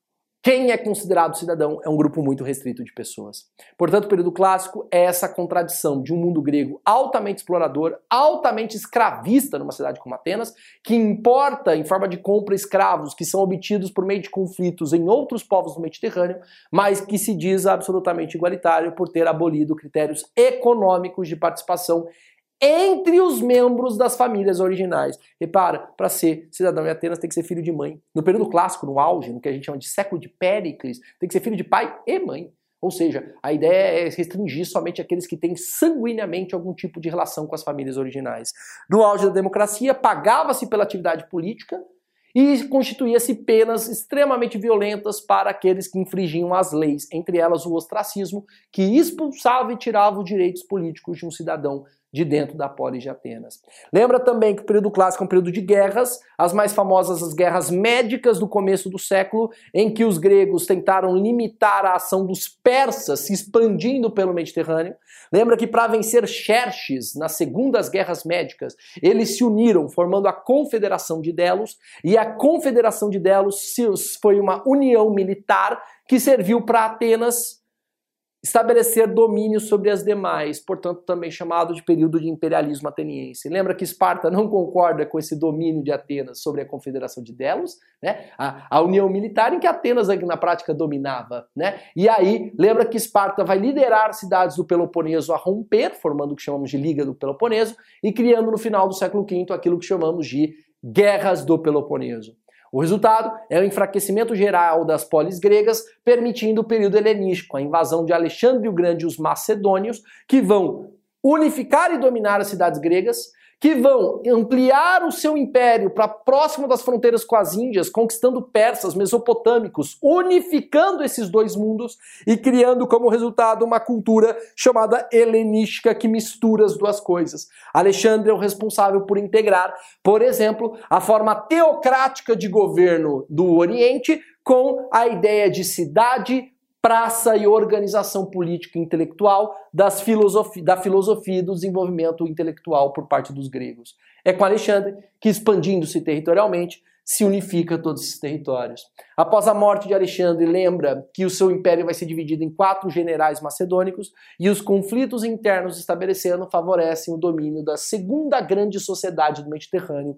Quem é considerado cidadão é um grupo muito restrito de pessoas. Portanto, o período clássico é essa contradição de um mundo grego altamente explorador, altamente escravista numa cidade como Atenas, que importa em forma de compra escravos que são obtidos por meio de conflitos em outros povos do Mediterrâneo, mas que se diz absolutamente igualitário por ter abolido critérios econômicos de participação entre os membros das famílias originais. Repara, para ser cidadão em Atenas tem que ser filho de mãe. No período clássico, no auge, no que a gente chama de século de Péricles, tem que ser filho de pai e mãe. Ou seja, a ideia é restringir somente aqueles que têm sanguineamente algum tipo de relação com as famílias originais. No auge da democracia, pagava-se pela atividade política e constituía-se penas extremamente violentas para aqueles que infringiam as leis, entre elas o ostracismo, que expulsava e tirava os direitos políticos de um cidadão de dentro da polis de Atenas. Lembra também que o período clássico é um período de guerras, as mais famosas as guerras médicas do começo do século, em que os gregos tentaram limitar a ação dos persas se expandindo pelo Mediterrâneo. Lembra que para vencer Xerxes nas segundas guerras médicas, eles se uniram formando a Confederação de Delos, e a Confederação de Delos foi uma união militar que serviu para Atenas estabelecer domínio sobre as demais, portanto também chamado de período de imperialismo ateniense. Lembra que Esparta não concorda com esse domínio de Atenas sobre a Confederação de Delos, né? A união militar em que Atenas na prática dominava, né? E aí, lembra que Esparta vai liderar cidades do Peloponeso a romper, formando o que chamamos de Liga do Peloponeso, e criando no final do século V aquilo que chamamos de Guerras do Peloponeso. O resultado é o enfraquecimento geral das polis gregas, permitindo o período helenístico, a invasão de Alexandre o Grande e os macedônios, que vão unificar e dominar as cidades gregas, que vão ampliar o seu império para próximo das fronteiras com as Índias, conquistando persas, mesopotâmicos, unificando esses dois mundos e criando como resultado uma cultura chamada helenística que mistura as duas coisas. Alexandre é o responsável por integrar, por exemplo, a forma teocrática de governo do Oriente com a ideia de cidade, praça e organização política e intelectual da filosofia e do desenvolvimento intelectual por parte dos gregos. É com Alexandre que, expandindo-se territorialmente, se unifica todos esses territórios. Após a morte de Alexandre, lembra que o seu império vai ser dividido em 4 generais macedônicos e os conflitos internos estabelecendo favorecem o domínio da segunda grande sociedade do Mediterrâneo,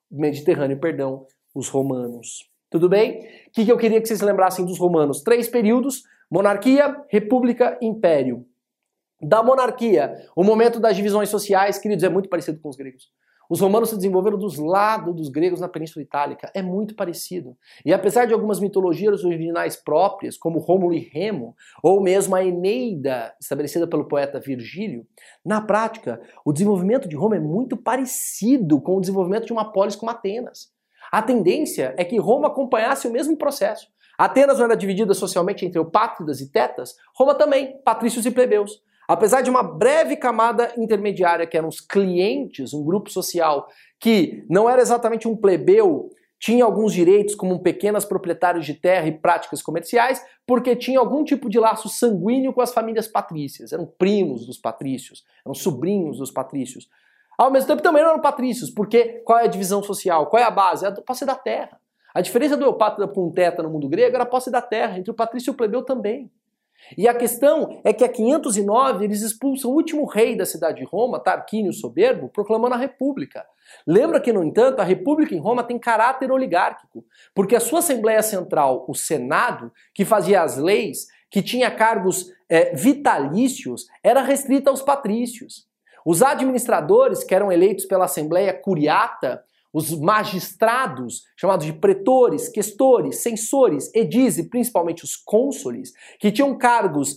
os romanos. Tudo bem? O que eu queria que vocês lembrassem dos romanos? 3 períodos: monarquia, república, império. Da monarquia, o momento das divisões sociais, queridos, é muito parecido com os gregos. Os romanos se desenvolveram dos lados dos gregos na Península Itálica. É muito parecido. E apesar de algumas mitologias originais próprias, como Rômulo e Remo, ou mesmo a Eneida, estabelecida pelo poeta Virgílio, na prática, o desenvolvimento de Roma é muito parecido com o desenvolvimento de uma polis como Atenas. A tendência é que Roma acompanhasse o mesmo processo. Atenas não era dividida socialmente entre eupátridas e tetas, Roma também, patrícios e plebeus. Apesar de uma breve camada intermediária, que eram os clientes, um grupo social que não era exatamente um plebeu, tinha alguns direitos como pequenos proprietários de terra e práticas comerciais, porque tinha algum tipo de laço sanguíneo com as famílias patrícias. Eram primos dos patrícios, eram sobrinhos dos patrícios. Ao mesmo tempo também não eram patrícios, porque qual é a divisão social? Qual é a base? É a posse da terra. A diferença do eupátrida para um teta no mundo grego era a posse da terra, entre o patrício e o plebeu também. E a questão é que a 509 eles expulsam o último rei da cidade de Roma, Tarquínio o Soberbo, proclamando a república. Lembra que, no entanto, a república em Roma tem caráter oligárquico, porque a sua Assembleia Central, o Senado, que fazia as leis, que tinha cargos vitalícios, era restrita aos patrícios. Os administradores, que eram eleitos pela Assembleia Curiata, os magistrados, chamados de pretores, questores, censores, edis e principalmente os cônsules, que tinham cargos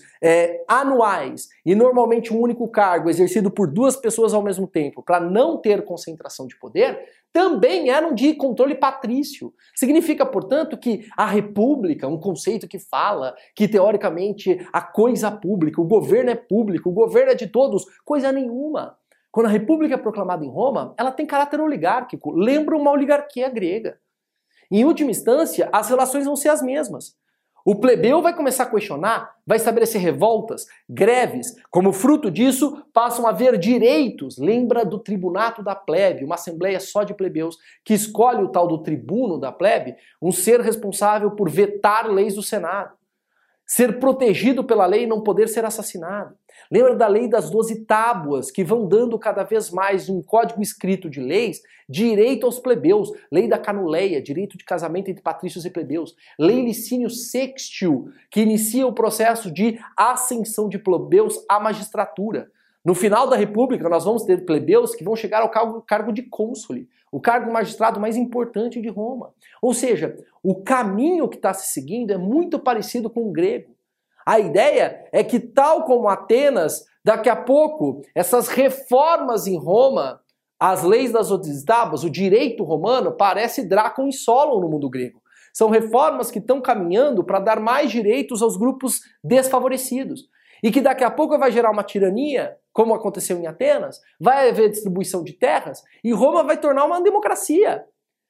anuais e normalmente um único cargo exercido por 2 pessoas ao mesmo tempo, para não ter concentração de poder, também eram de controle patrício. Significa, portanto, que a república, um conceito que fala que teoricamente a coisa pública, o governo é público, o governo é de todos, coisa nenhuma. Quando a república é proclamada em Roma, ela tem caráter oligárquico, lembra uma oligarquia grega. Em última instância, as relações vão ser as mesmas. O plebeu vai começar a questionar, vai estabelecer revoltas, greves. Como fruto disso, passam a haver direitos. Lembra do tribunato da plebe, uma assembleia só de plebeus que escolhe o tal do tribuno da plebe, um ser responsável por vetar leis do Senado. Ser protegido pela lei e não poder ser assassinado. Lembra da lei das 12 tábuas, que vão dando cada vez mais um código escrito de leis, direito aos plebeus. Lei da Canuleia, direito de casamento entre patrícios e plebeus. Lei Licínio Sextil, que inicia o processo de ascensão de plebeus à magistratura. No final da República, nós vamos ter plebeus que vão chegar ao cargo de cônsule, o cargo magistrado mais importante de Roma. Ou seja, o caminho que está se seguindo é muito parecido com o grego. A ideia é que, tal como Atenas, daqui a pouco, essas reformas em Roma, as leis das outras tábuas, o direito romano, parece Drácon e Solon no mundo grego. São reformas que estão caminhando para dar mais direitos aos grupos desfavorecidos. E que daqui a pouco vai gerar uma tirania, como aconteceu em Atenas, vai haver distribuição de terras, e Roma vai tornar uma democracia.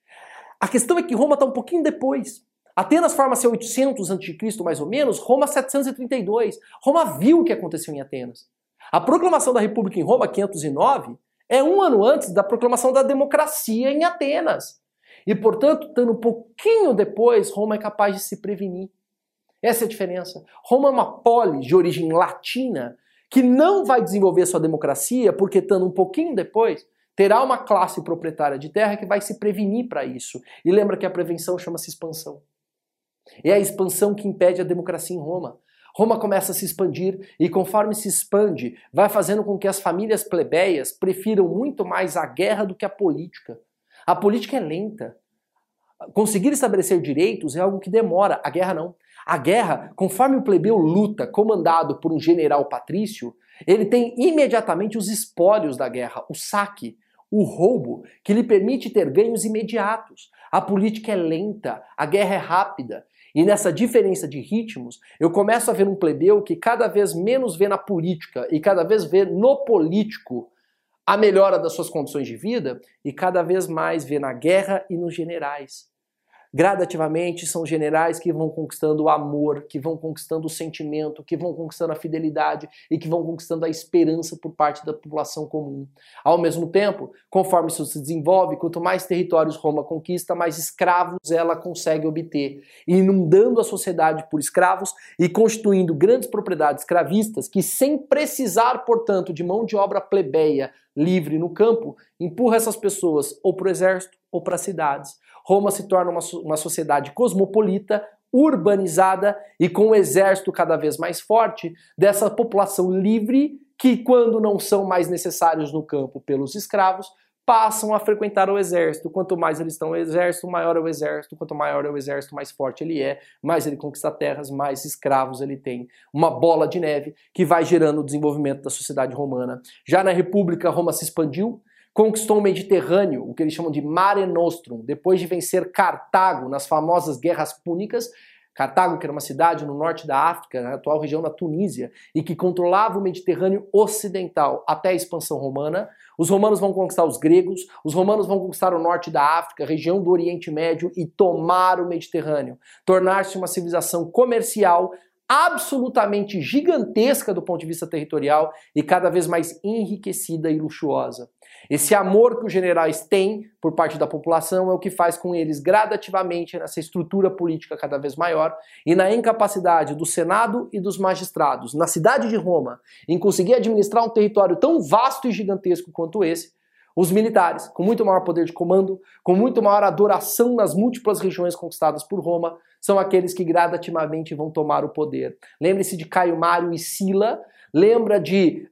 A questão é que Roma está um pouquinho depois. Atenas forma-se em 800 a.C., mais ou menos, Roma 732. Roma viu o que aconteceu em Atenas. A proclamação da República em Roma, 509, é um ano antes da proclamação da democracia em Atenas. E, portanto, estando um pouquinho depois, Roma é capaz de se prevenir. Essa é a diferença. Roma é uma polis de origem latina que não vai desenvolver sua democracia porque, estando um pouquinho depois, terá uma classe proprietária de terra que vai se prevenir para isso. E lembra que a prevenção chama-se expansão. É a expansão que impede a democracia em Roma. Roma começa a se expandir e, conforme se expande, vai fazendo com que as famílias plebeias prefiram muito mais a guerra do que a política. A política é lenta. Conseguir estabelecer direitos é algo que demora, a guerra não. A guerra, conforme o plebeu luta, comandado por um general patrício, ele tem imediatamente os espólios da guerra, o saque, o roubo, que lhe permite ter ganhos imediatos. A política é lenta, a guerra é rápida. E nessa diferença de ritmos, eu começo a ver um plebeu que cada vez menos vê na política e cada vez vê no político a melhora das suas condições de vida e cada vez mais vê na guerra e nos generais. Gradativamente são generais que vão conquistando o amor, que vão conquistando o sentimento, que vão conquistando a fidelidade e que vão conquistando a esperança por parte da população comum. Ao mesmo tempo, conforme isso se desenvolve, quanto mais territórios Roma conquista, mais escravos ela consegue obter, inundando a sociedade por escravos e constituindo grandes propriedades escravistas que, sem precisar, portanto, de mão de obra plebeia livre no campo, empurra essas pessoas ou para o exército ou para as cidades. Roma se torna uma sociedade cosmopolita, urbanizada e com um exército cada vez mais forte dessa população livre que, quando não são mais necessários no campo pelos escravos, passam a frequentar o exército. Quanto mais eles estão no exército, maior é o exército. Quanto maior é o exército, mais forte ele é, mais ele conquista terras, mais escravos ele tem. Uma bola de neve que vai gerando o desenvolvimento da sociedade romana. Já na República, Roma se expandiu, conquistou o Mediterrâneo, o que eles chamam de Mare Nostrum, depois de vencer Cartago nas famosas Guerras Púnicas. Cartago, que era uma cidade no norte da África, na atual região da Tunísia, e que controlava o Mediterrâneo ocidental até a expansão romana. Os romanos vão conquistar os gregos, os romanos vão conquistar o norte da África, região do Oriente Médio e tomar o Mediterrâneo. Tornar-se uma civilização comercial absolutamente gigantesca do ponto de vista territorial e cada vez mais enriquecida e luxuosa. Esse amor que os generais têm por parte da população é o que faz com eles gradativamente nessa estrutura política cada vez maior e na incapacidade do Senado e dos magistrados, na cidade de Roma, em conseguir administrar um território tão vasto e gigantesco quanto esse. Os militares, com muito maior poder de comando, com muito maior adoração nas múltiplas regiões conquistadas por Roma, são aqueles que gradativamente vão tomar o poder. Lembre-se de Caio Mário e Sila, lembra de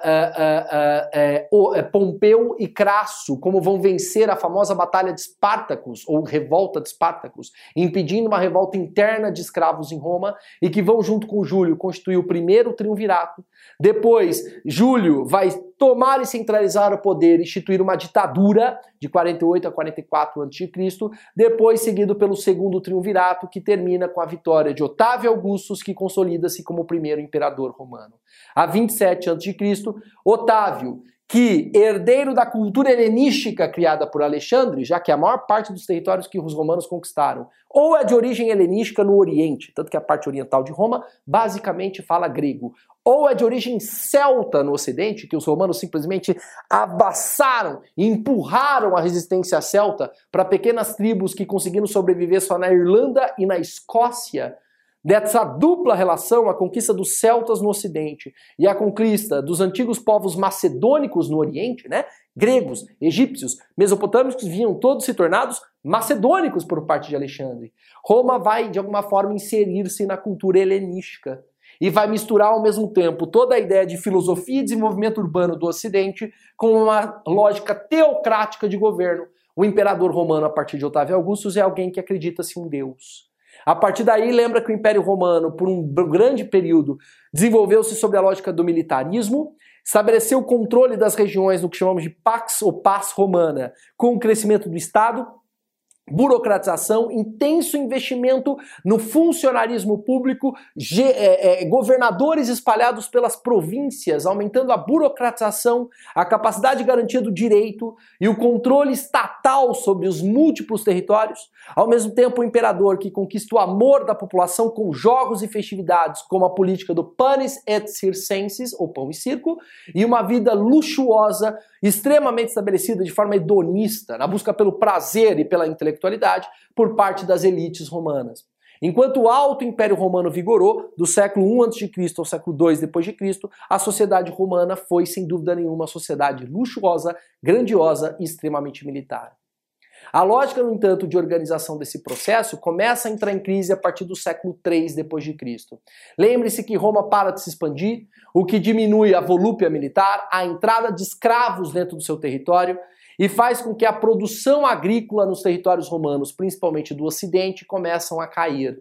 Pompeu e Crasso, como vão vencer a famosa Batalha de Espartacus, ou Revolta de Espartacus, impedindo uma revolta interna de escravos em Roma, e que vão, junto com Júlio, constituir o primeiro triunvirato. Depois, Júlio vai tomar e centralizar o poder, instituir uma ditadura de 48 a 44 a.C., depois seguido pelo segundo triunvirato, que termina com a vitória de Otávio Augustus, que consolida-se como o primeiro imperador romano. A 27 a.C., Otávio, que, herdeiro da cultura helenística criada por Alexandre, já que a maior parte dos territórios que os romanos conquistaram ou é de origem helenística no Oriente, tanto que a parte oriental de Roma basicamente fala grego, ou é de origem celta no Ocidente, que os romanos simplesmente avassaram e empurraram a resistência celta para pequenas tribos que conseguiram sobreviver só na Irlanda e na Escócia. Dessa dupla relação, a conquista dos celtas no Ocidente e a conquista dos antigos povos macedônicos no Oriente, né? Gregos, egípcios, mesopotâmicos, vinham todos se tornados macedônicos por parte de Alexandre. Roma vai, de alguma forma, inserir-se na cultura helenística e vai misturar ao mesmo tempo toda a ideia de filosofia e desenvolvimento urbano do Ocidente com uma lógica teocrática de governo. O imperador romano, a partir de Otávio Augustus, é alguém que acredita-se um deus. A partir daí, lembra que o Império Romano, por um grande período, desenvolveu-se sobre a lógica do militarismo, estabeleceu o controle das regiões no que chamamos de Pax ou Paz Romana, com o crescimento do Estado, burocratização, intenso investimento no funcionarismo público, governadores espalhados pelas províncias, aumentando a burocratização, a capacidade de garantia do direito e o controle estatal sobre os múltiplos territórios. Ao mesmo tempo, o imperador que conquista o amor da população com jogos e festividades, como a política do panis et circenses, ou pão e circo, e uma vida luxuosa, extremamente estabelecida de forma hedonista, na busca pelo prazer e pela intelectualidade por parte das elites romanas. Enquanto o Alto Império Romano vigorou, do século I a.C. ao século II d.C., a sociedade romana foi, sem dúvida nenhuma, uma sociedade luxuosa, grandiosa e extremamente militar. A lógica, no entanto, de organização desse processo começa a entrar em crise a partir do século III d.C. Lembre-se que Roma para de se expandir, o que diminui a volúpia militar, a entrada de escravos dentro do seu território e faz com que a produção agrícola nos territórios romanos, principalmente do Ocidente, começam a cair.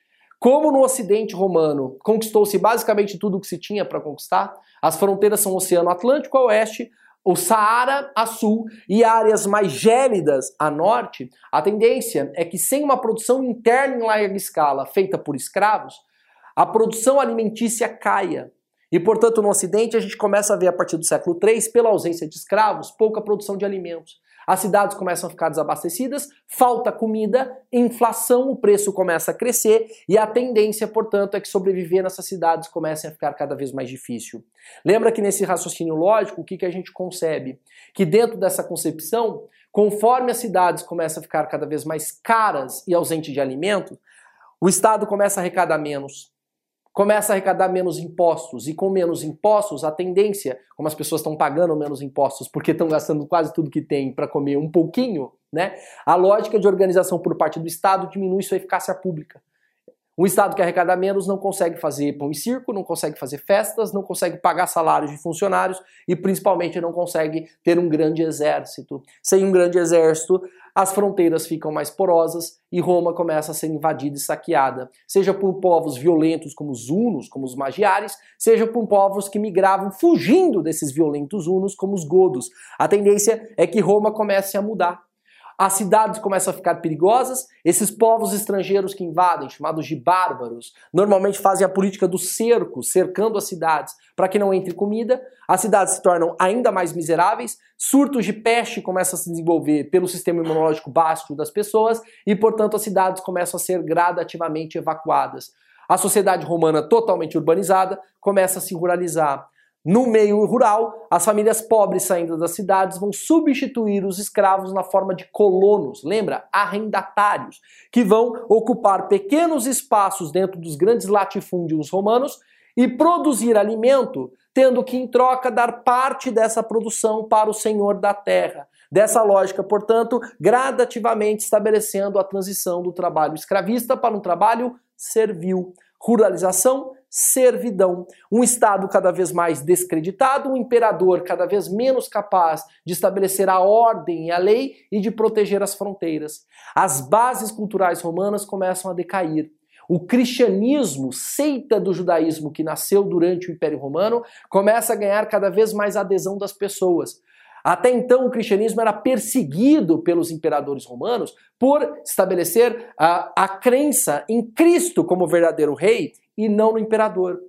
Como no Ocidente romano conquistou-se basicamente tudo o que se tinha para conquistar, as fronteiras são o Oceano Atlântico a oeste, o Saara a sul e áreas mais gélidas a norte, a tendência é que sem uma produção interna em larga escala feita por escravos, a produção alimentícia caia. E, portanto, no Ocidente a gente começa a ver a partir do século III, pela ausência de escravos, pouca produção de alimentos. As cidades começam a ficar desabastecidas, falta comida, inflação, o preço começa a crescer e a tendência, portanto, é que sobreviver nessas cidades comece a ficar cada vez mais difícil. Lembra que nesse raciocínio lógico, o que a gente concebe? Que dentro dessa concepção, conforme as cidades começam a ficar cada vez mais caras e ausentes de alimento, o Estado começa a arrecadar menos. Começa a arrecadar menos impostos, e com menos impostos, a tendência, como as pessoas estão pagando menos impostos porque estão gastando quase tudo que tem para comer um pouquinho, né? A lógica de organização por parte do Estado diminui sua eficácia pública. Um Estado que arrecada menos não consegue fazer pão e circo, não consegue fazer festas, não consegue pagar salários de funcionários e principalmente não consegue ter um grande exército. Sem um grande exército, as fronteiras ficam mais porosas e Roma começa a ser invadida e saqueada, seja por povos violentos como os hunos, como os magiares, seja por povos que migravam fugindo desses violentos hunos, como os godos. A tendência é que Roma comece a mudar. As cidades começam a ficar perigosas, esses povos estrangeiros que invadem, chamados de bárbaros, normalmente fazem a política do cerco, cercando as cidades para que não entre comida, as cidades se tornam ainda mais miseráveis, surtos de peste começam a se desenvolver pelo sistema imunológico baixo das pessoas e, portanto, as cidades começam a ser gradativamente evacuadas. A sociedade romana totalmente urbanizada começa a se ruralizar. No meio rural, as famílias pobres saindo das cidades vão substituir os escravos na forma de colonos, lembra? Arrendatários, que vão ocupar pequenos espaços dentro dos grandes latifúndios romanos e produzir alimento, tendo que, em troca, dar parte dessa produção para o senhor da terra. Dessa lógica, portanto, gradativamente estabelecendo a transição do trabalho escravista para um trabalho servil. Ruralização, servidão, um Estado cada vez mais descreditado, um imperador cada vez menos capaz de estabelecer a ordem e a lei e de proteger as fronteiras. As bases culturais romanas começam a decair. O cristianismo, seita do judaísmo que nasceu durante o Império Romano, começa a ganhar cada vez mais adesão das pessoas. Até então, o cristianismo era perseguido pelos imperadores romanos por estabelecer a crença em Cristo como verdadeiro rei e não no imperador.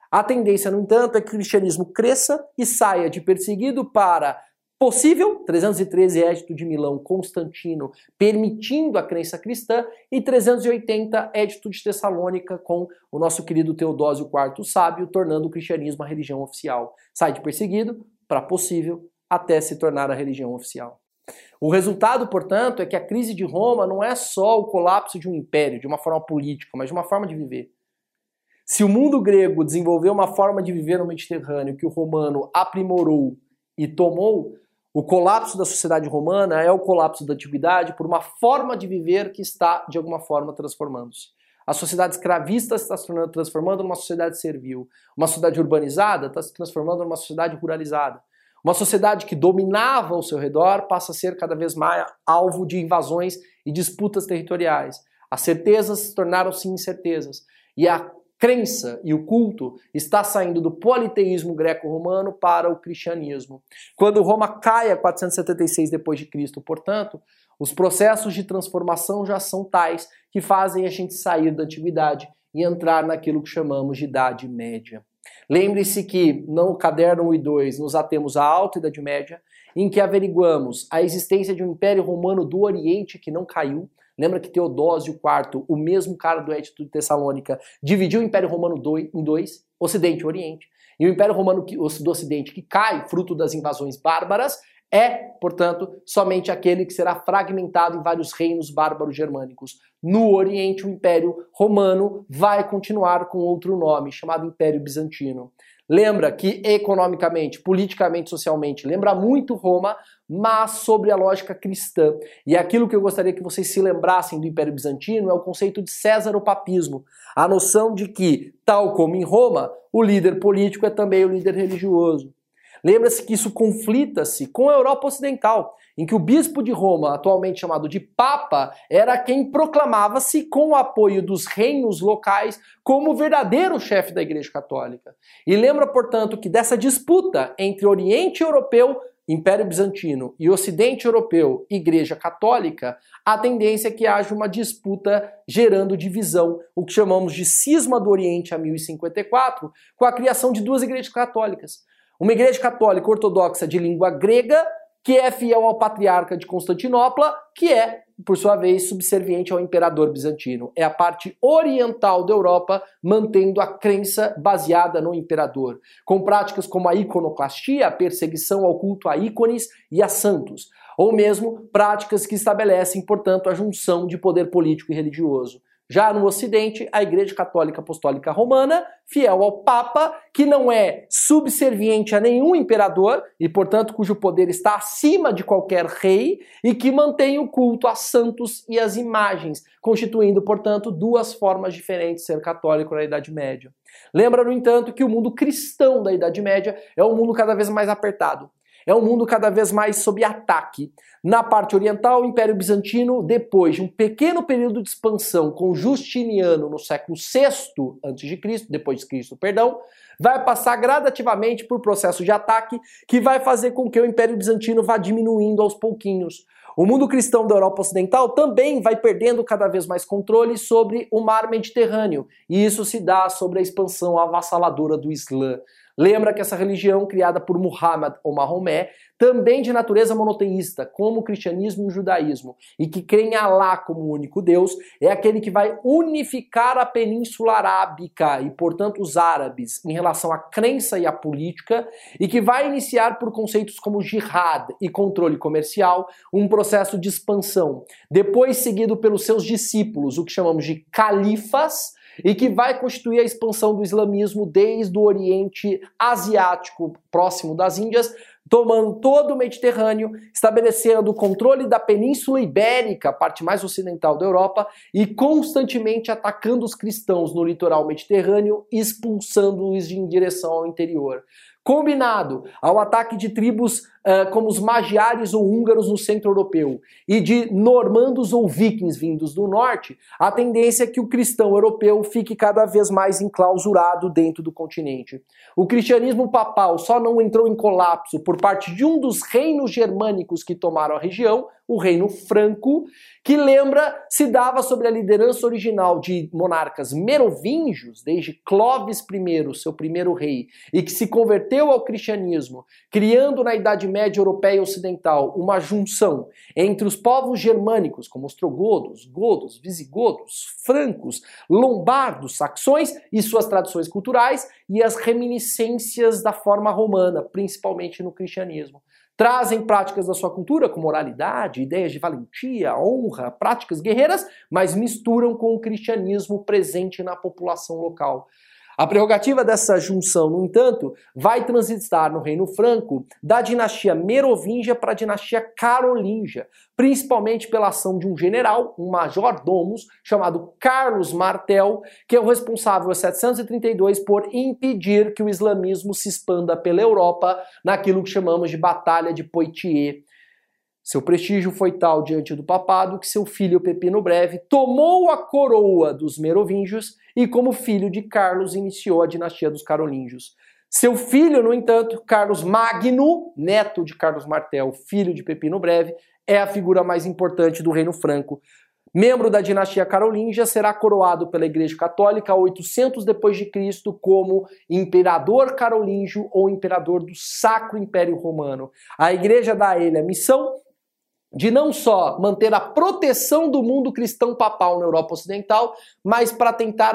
A tendência, no entanto, é que o cristianismo cresça e saia de perseguido para possível, 313 Edito de Milão, Constantino, permitindo a crença cristã, e 380 Edito de Tessalônica, com o nosso querido Teodósio IV Sábio, tornando o cristianismo a religião oficial. Sai de perseguido para possível, até se tornar a religião oficial. O resultado, portanto, é que a crise de Roma não é só o colapso de um império, de uma forma política, mas de uma forma de viver. Se o mundo grego desenvolveu uma forma de viver no Mediterrâneo que o romano aprimorou e tomou, o colapso da sociedade romana é o colapso da antiguidade por uma forma de viver que está, de alguma forma, transformando-se. A sociedade escravista está se transformando numa sociedade servil. Uma sociedade urbanizada está se transformando numa sociedade ruralizada. Uma sociedade que dominava ao seu redor passa a ser cada vez mais alvo de invasões e disputas territoriais. As certezas tornaram-se incertezas. E a crença e o culto está saindo do politeísmo greco-romano para o cristianismo. Quando Roma cai a 476 d.C., portanto, os processos de transformação já são tais que fazem a gente sair da antiguidade e entrar naquilo que chamamos de Idade Média. Lembre-se que no caderno 1 e 2 nos atemos à Alta Idade Média, em que averiguamos a existência de um Império Romano do Oriente que não caiu. Lembra que Teodósio IV, o mesmo cara do Edito de Tessalônica, dividiu o Império Romano em dois, Ocidente e Oriente. E o Império Romano do Ocidente, que cai fruto das invasões bárbaras, é, portanto, somente aquele que será fragmentado em vários reinos bárbaros germânicos. No Oriente, o Império Romano vai continuar com outro nome, chamado Império Bizantino. Lembra que economicamente, politicamente, socialmente, lembra muito Roma, mas sobre a lógica cristã. E aquilo que eu gostaria que vocês se lembrassem do Império Bizantino é o conceito de Césaropapismo. A noção de que, tal como em Roma, o líder político é também o líder religioso. Lembra-se que isso conflita-se com a Europa Ocidental, em que o bispo de Roma, atualmente chamado de Papa, era quem proclamava-se, com o apoio dos reinos locais, como o verdadeiro chefe da Igreja Católica. E lembra, portanto, que dessa disputa entre Oriente Europeu, Império Bizantino, e Ocidente Europeu, Igreja Católica, a tendência é que haja uma disputa gerando divisão, o que chamamos de Cisma do Oriente a 1054, com a criação de duas igrejas católicas. Uma igreja católica ortodoxa de língua grega, que é fiel ao patriarca de Constantinopla, que é, por sua vez, subserviente ao imperador bizantino. É a parte oriental da Europa mantendo a crença baseada no imperador, com práticas como a iconoclastia, a perseguição ao culto a ícones e a santos, ou mesmo práticas que estabelecem, portanto, a junção de poder político e religioso. Já no Ocidente, a Igreja Católica Apostólica Romana, fiel ao Papa, que não é subserviente a nenhum imperador e, portanto, cujo poder está acima de qualquer rei e que mantém o culto a santos e às imagens, constituindo, portanto, duas formas diferentes de ser católico na Idade Média. Lembra, no entanto, que o mundo cristão da Idade Média é um mundo cada vez mais apertado. É um mundo cada vez mais sob ataque. Na parte oriental, o Império Bizantino, depois de um pequeno período de expansão com Justiniano no século VI a.C., depois de Cristo, vai passar gradativamente por processo de ataque que vai fazer com que o Império Bizantino vá diminuindo aos pouquinhos. O mundo cristão da Europa Ocidental também vai perdendo cada vez mais controle sobre o mar Mediterrâneo, e isso se dá sobre a expansão avassaladora do Islã. Lembra que essa religião, criada por Muhammad ou Maomé, também de natureza monoteísta, como o cristianismo e o judaísmo, e que crê em Alá como o único Deus, é aquele que vai unificar a Península Arábica e, portanto, os árabes em relação à crença e à política, e que vai iniciar por conceitos como jihad e controle comercial, um processo de expansão, depois seguido pelos seus discípulos, o que chamamos de califas, e que vai constituir a expansão do islamismo desde o Oriente Asiático, próximo das Índias, tomando todo o Mediterrâneo, estabelecendo o controle da Península Ibérica, a parte mais ocidental da Europa, e constantemente atacando os cristãos no litoral mediterrâneo, expulsando-os em direção ao interior. Combinado ao ataque de tribos como os magiares ou húngaros no centro europeu, e de normandos ou vikings vindos do norte, a tendência é que o cristão europeu fique cada vez mais enclausurado dentro do continente. O cristianismo papal só não entrou em colapso por parte de um dos reinos germânicos que tomaram a região, o reino franco, que se dava sobre a liderança original de monarcas merovingios, desde Clovis I, seu primeiro rei, e que se converteu ao cristianismo, criando na Idade Média Europeia e Ocidental uma junção entre os povos germânicos, como ostrogodos, godos, visigodos, francos, lombardos, saxões e suas tradições culturais, e as reminiscências da forma romana, principalmente no cristianismo. Trazem práticas da sua cultura, como moralidade, ideias de valentia, honra, práticas guerreiras, mas misturam com o cristianismo presente na população local. A prerrogativa dessa junção, no entanto, vai transitar no Reino Franco da dinastia merovingia para a dinastia carolíngia, principalmente pela ação de um general, um major-domus, chamado Carlos Martel, que é o responsável, em 732, por impedir que o islamismo se expanda pela Europa naquilo que chamamos de Batalha de Poitiers. Seu prestígio foi tal diante do papado que seu filho Pepino Breve tomou a coroa dos merovingios e, como filho de Carlos, iniciou a dinastia dos carolíngios. Seu filho, no entanto, Carlos Magno, neto de Carlos Martel, filho de Pepino Breve, é a figura mais importante do Reino Franco. Membro da dinastia carolíngia, será coroado pela Igreja Católica 800 d.C. como imperador carolíngio ou imperador do Sacro Império Romano. A Igreja dá a ele a missão de não só manter a proteção do mundo cristão papal na Europa Ocidental, mas para tentar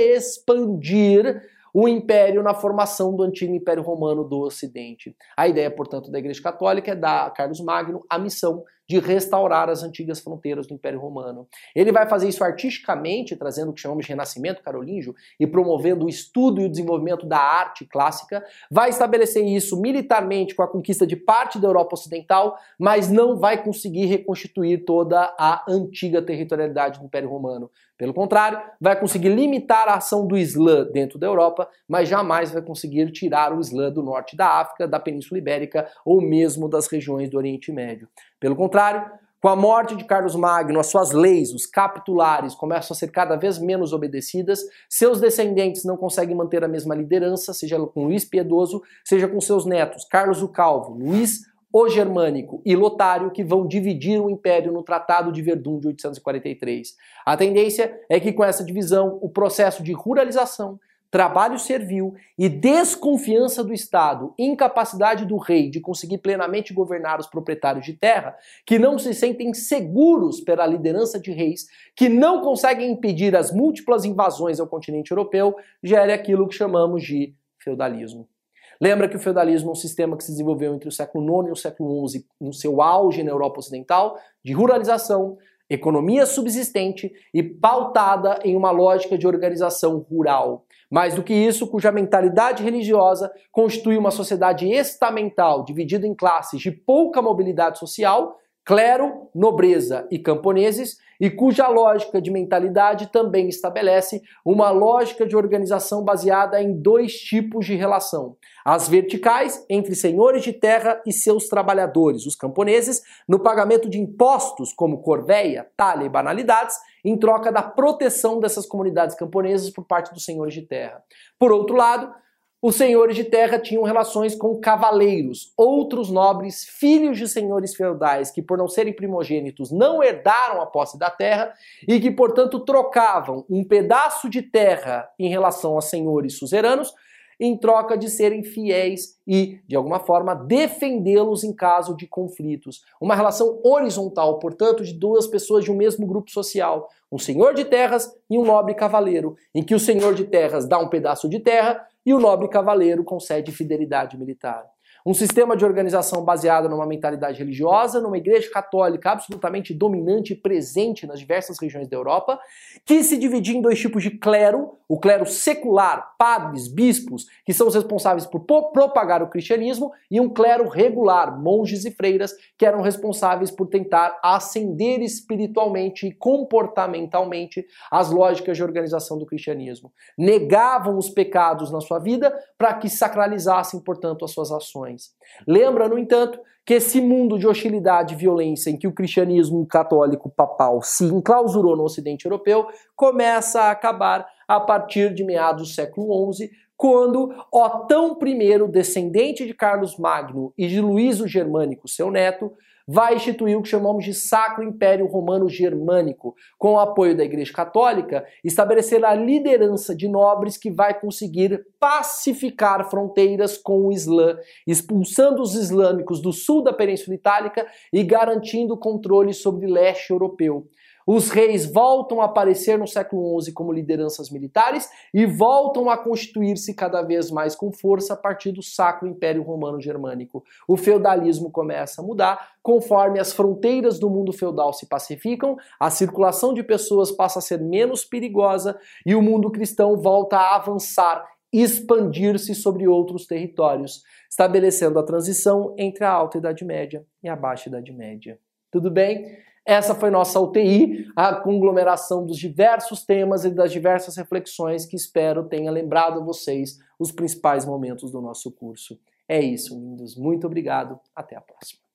reexpandir o império na formação do antigo Império Romano do Ocidente. A ideia, portanto, da Igreja Católica é dar a Carlos Magno a missão de restaurar as antigas fronteiras do Império Romano. Ele vai fazer isso artisticamente, trazendo o que chamamos de renascimento carolíngio e promovendo o estudo e o desenvolvimento da arte clássica. Vai estabelecer isso militarmente com a conquista de parte da Europa Ocidental, mas não vai conseguir reconstituir toda a antiga territorialidade do Império Romano. Pelo contrário, vai conseguir limitar a ação do Islã dentro da Europa, mas jamais vai conseguir tirar o Islã do norte da África, da Península Ibérica ou mesmo das regiões do Oriente Médio. Pelo contrário, com a morte de Carlos Magno, as suas leis, os capitulares, começam a ser cada vez menos obedecidas, seus descendentes não conseguem manter a mesma liderança, seja com Luís Piedoso, seja com seus netos, Carlos o Calvo, Luís o Germânico e Lotário, que vão dividir o império no Tratado de Verdun de 843. A tendência é que com essa divisão, o processo de ruralização, trabalho servil e desconfiança do Estado, incapacidade do rei de conseguir plenamente governar os proprietários de terra, que não se sentem seguros pela liderança de reis, que não conseguem impedir as múltiplas invasões ao continente europeu, gera aquilo que chamamos de feudalismo. Lembra que o feudalismo é um sistema que se desenvolveu entre o século IX e o século XI, no seu auge na Europa Ocidental, de ruralização, economia subsistente e pautada em uma lógica de organização rural. Mais do que isso, cuja mentalidade religiosa constitui uma sociedade estamental, dividida em classes de pouca mobilidade social, clero, nobreza e camponeses, e cuja lógica de mentalidade também estabelece uma lógica de organização baseada em dois tipos de relação. As verticais, entre senhores de terra e seus trabalhadores, os camponeses, no pagamento de impostos como corvéia, talha e banalidades, em troca da proteção dessas comunidades camponesas por parte dos senhores de terra. Por outro lado, os senhores de terra tinham relações com cavaleiros, outros nobres, filhos de senhores feudais, que por não serem primogênitos não herdaram a posse da terra e que, portanto, trocavam um pedaço de terra em relação aos senhores suzeranos em troca de serem fiéis e, de alguma forma, defendê-los em caso de conflitos. Uma relação horizontal, portanto, de duas pessoas de um mesmo grupo social, um senhor de terras e um nobre cavaleiro, em que o senhor de terras dá um pedaço de terra e o nobre cavaleiro concede fidelidade militar. Um sistema de organização baseado numa mentalidade religiosa, numa igreja católica absolutamente dominante e presente nas diversas regiões da Europa, que se dividia em dois tipos de clero, o clero secular, padres, bispos, que são os responsáveis por propagar o cristianismo, e um clero regular, monges e freiras, que eram responsáveis por tentar ascender espiritualmente e comportamentalmente as lógicas de organização do cristianismo. Negavam os pecados na sua vida para que sacralizassem, portanto, as suas ações. religiões. Lembra, no entanto, que esse mundo de hostilidade e violência em que o cristianismo católico papal se enclausurou no Ocidente europeu começa a acabar a partir de meados do século XI, quando Otão I, descendente de Carlos Magno e de Luís o Germânico, seu neto, vai instituir o que chamamos de Sacro Império Romano Germânico, com o apoio da Igreja Católica, estabelecer a liderança de nobres que vai conseguir pacificar fronteiras com o Islã, expulsando os islâmicos do sul da Península Itálica e garantindo o controle sobre o leste europeu. Os reis voltam a aparecer no século XI como lideranças militares e voltam a constituir-se cada vez mais com força a partir do Sacro Império Romano Germânico. O feudalismo começa a mudar conforme as fronteiras do mundo feudal se pacificam, a circulação de pessoas passa a ser menos perigosa e o mundo cristão volta a avançar, expandir-se sobre outros territórios, estabelecendo a transição entre a Alta Idade Média e a Baixa Idade Média. Tudo bem? Essa foi nossa UTI, a conglomeração dos diversos temas e das diversas reflexões que espero tenha lembrado a vocês os principais momentos do nosso curso. É isso, lindos. Muito obrigado. Até a próxima.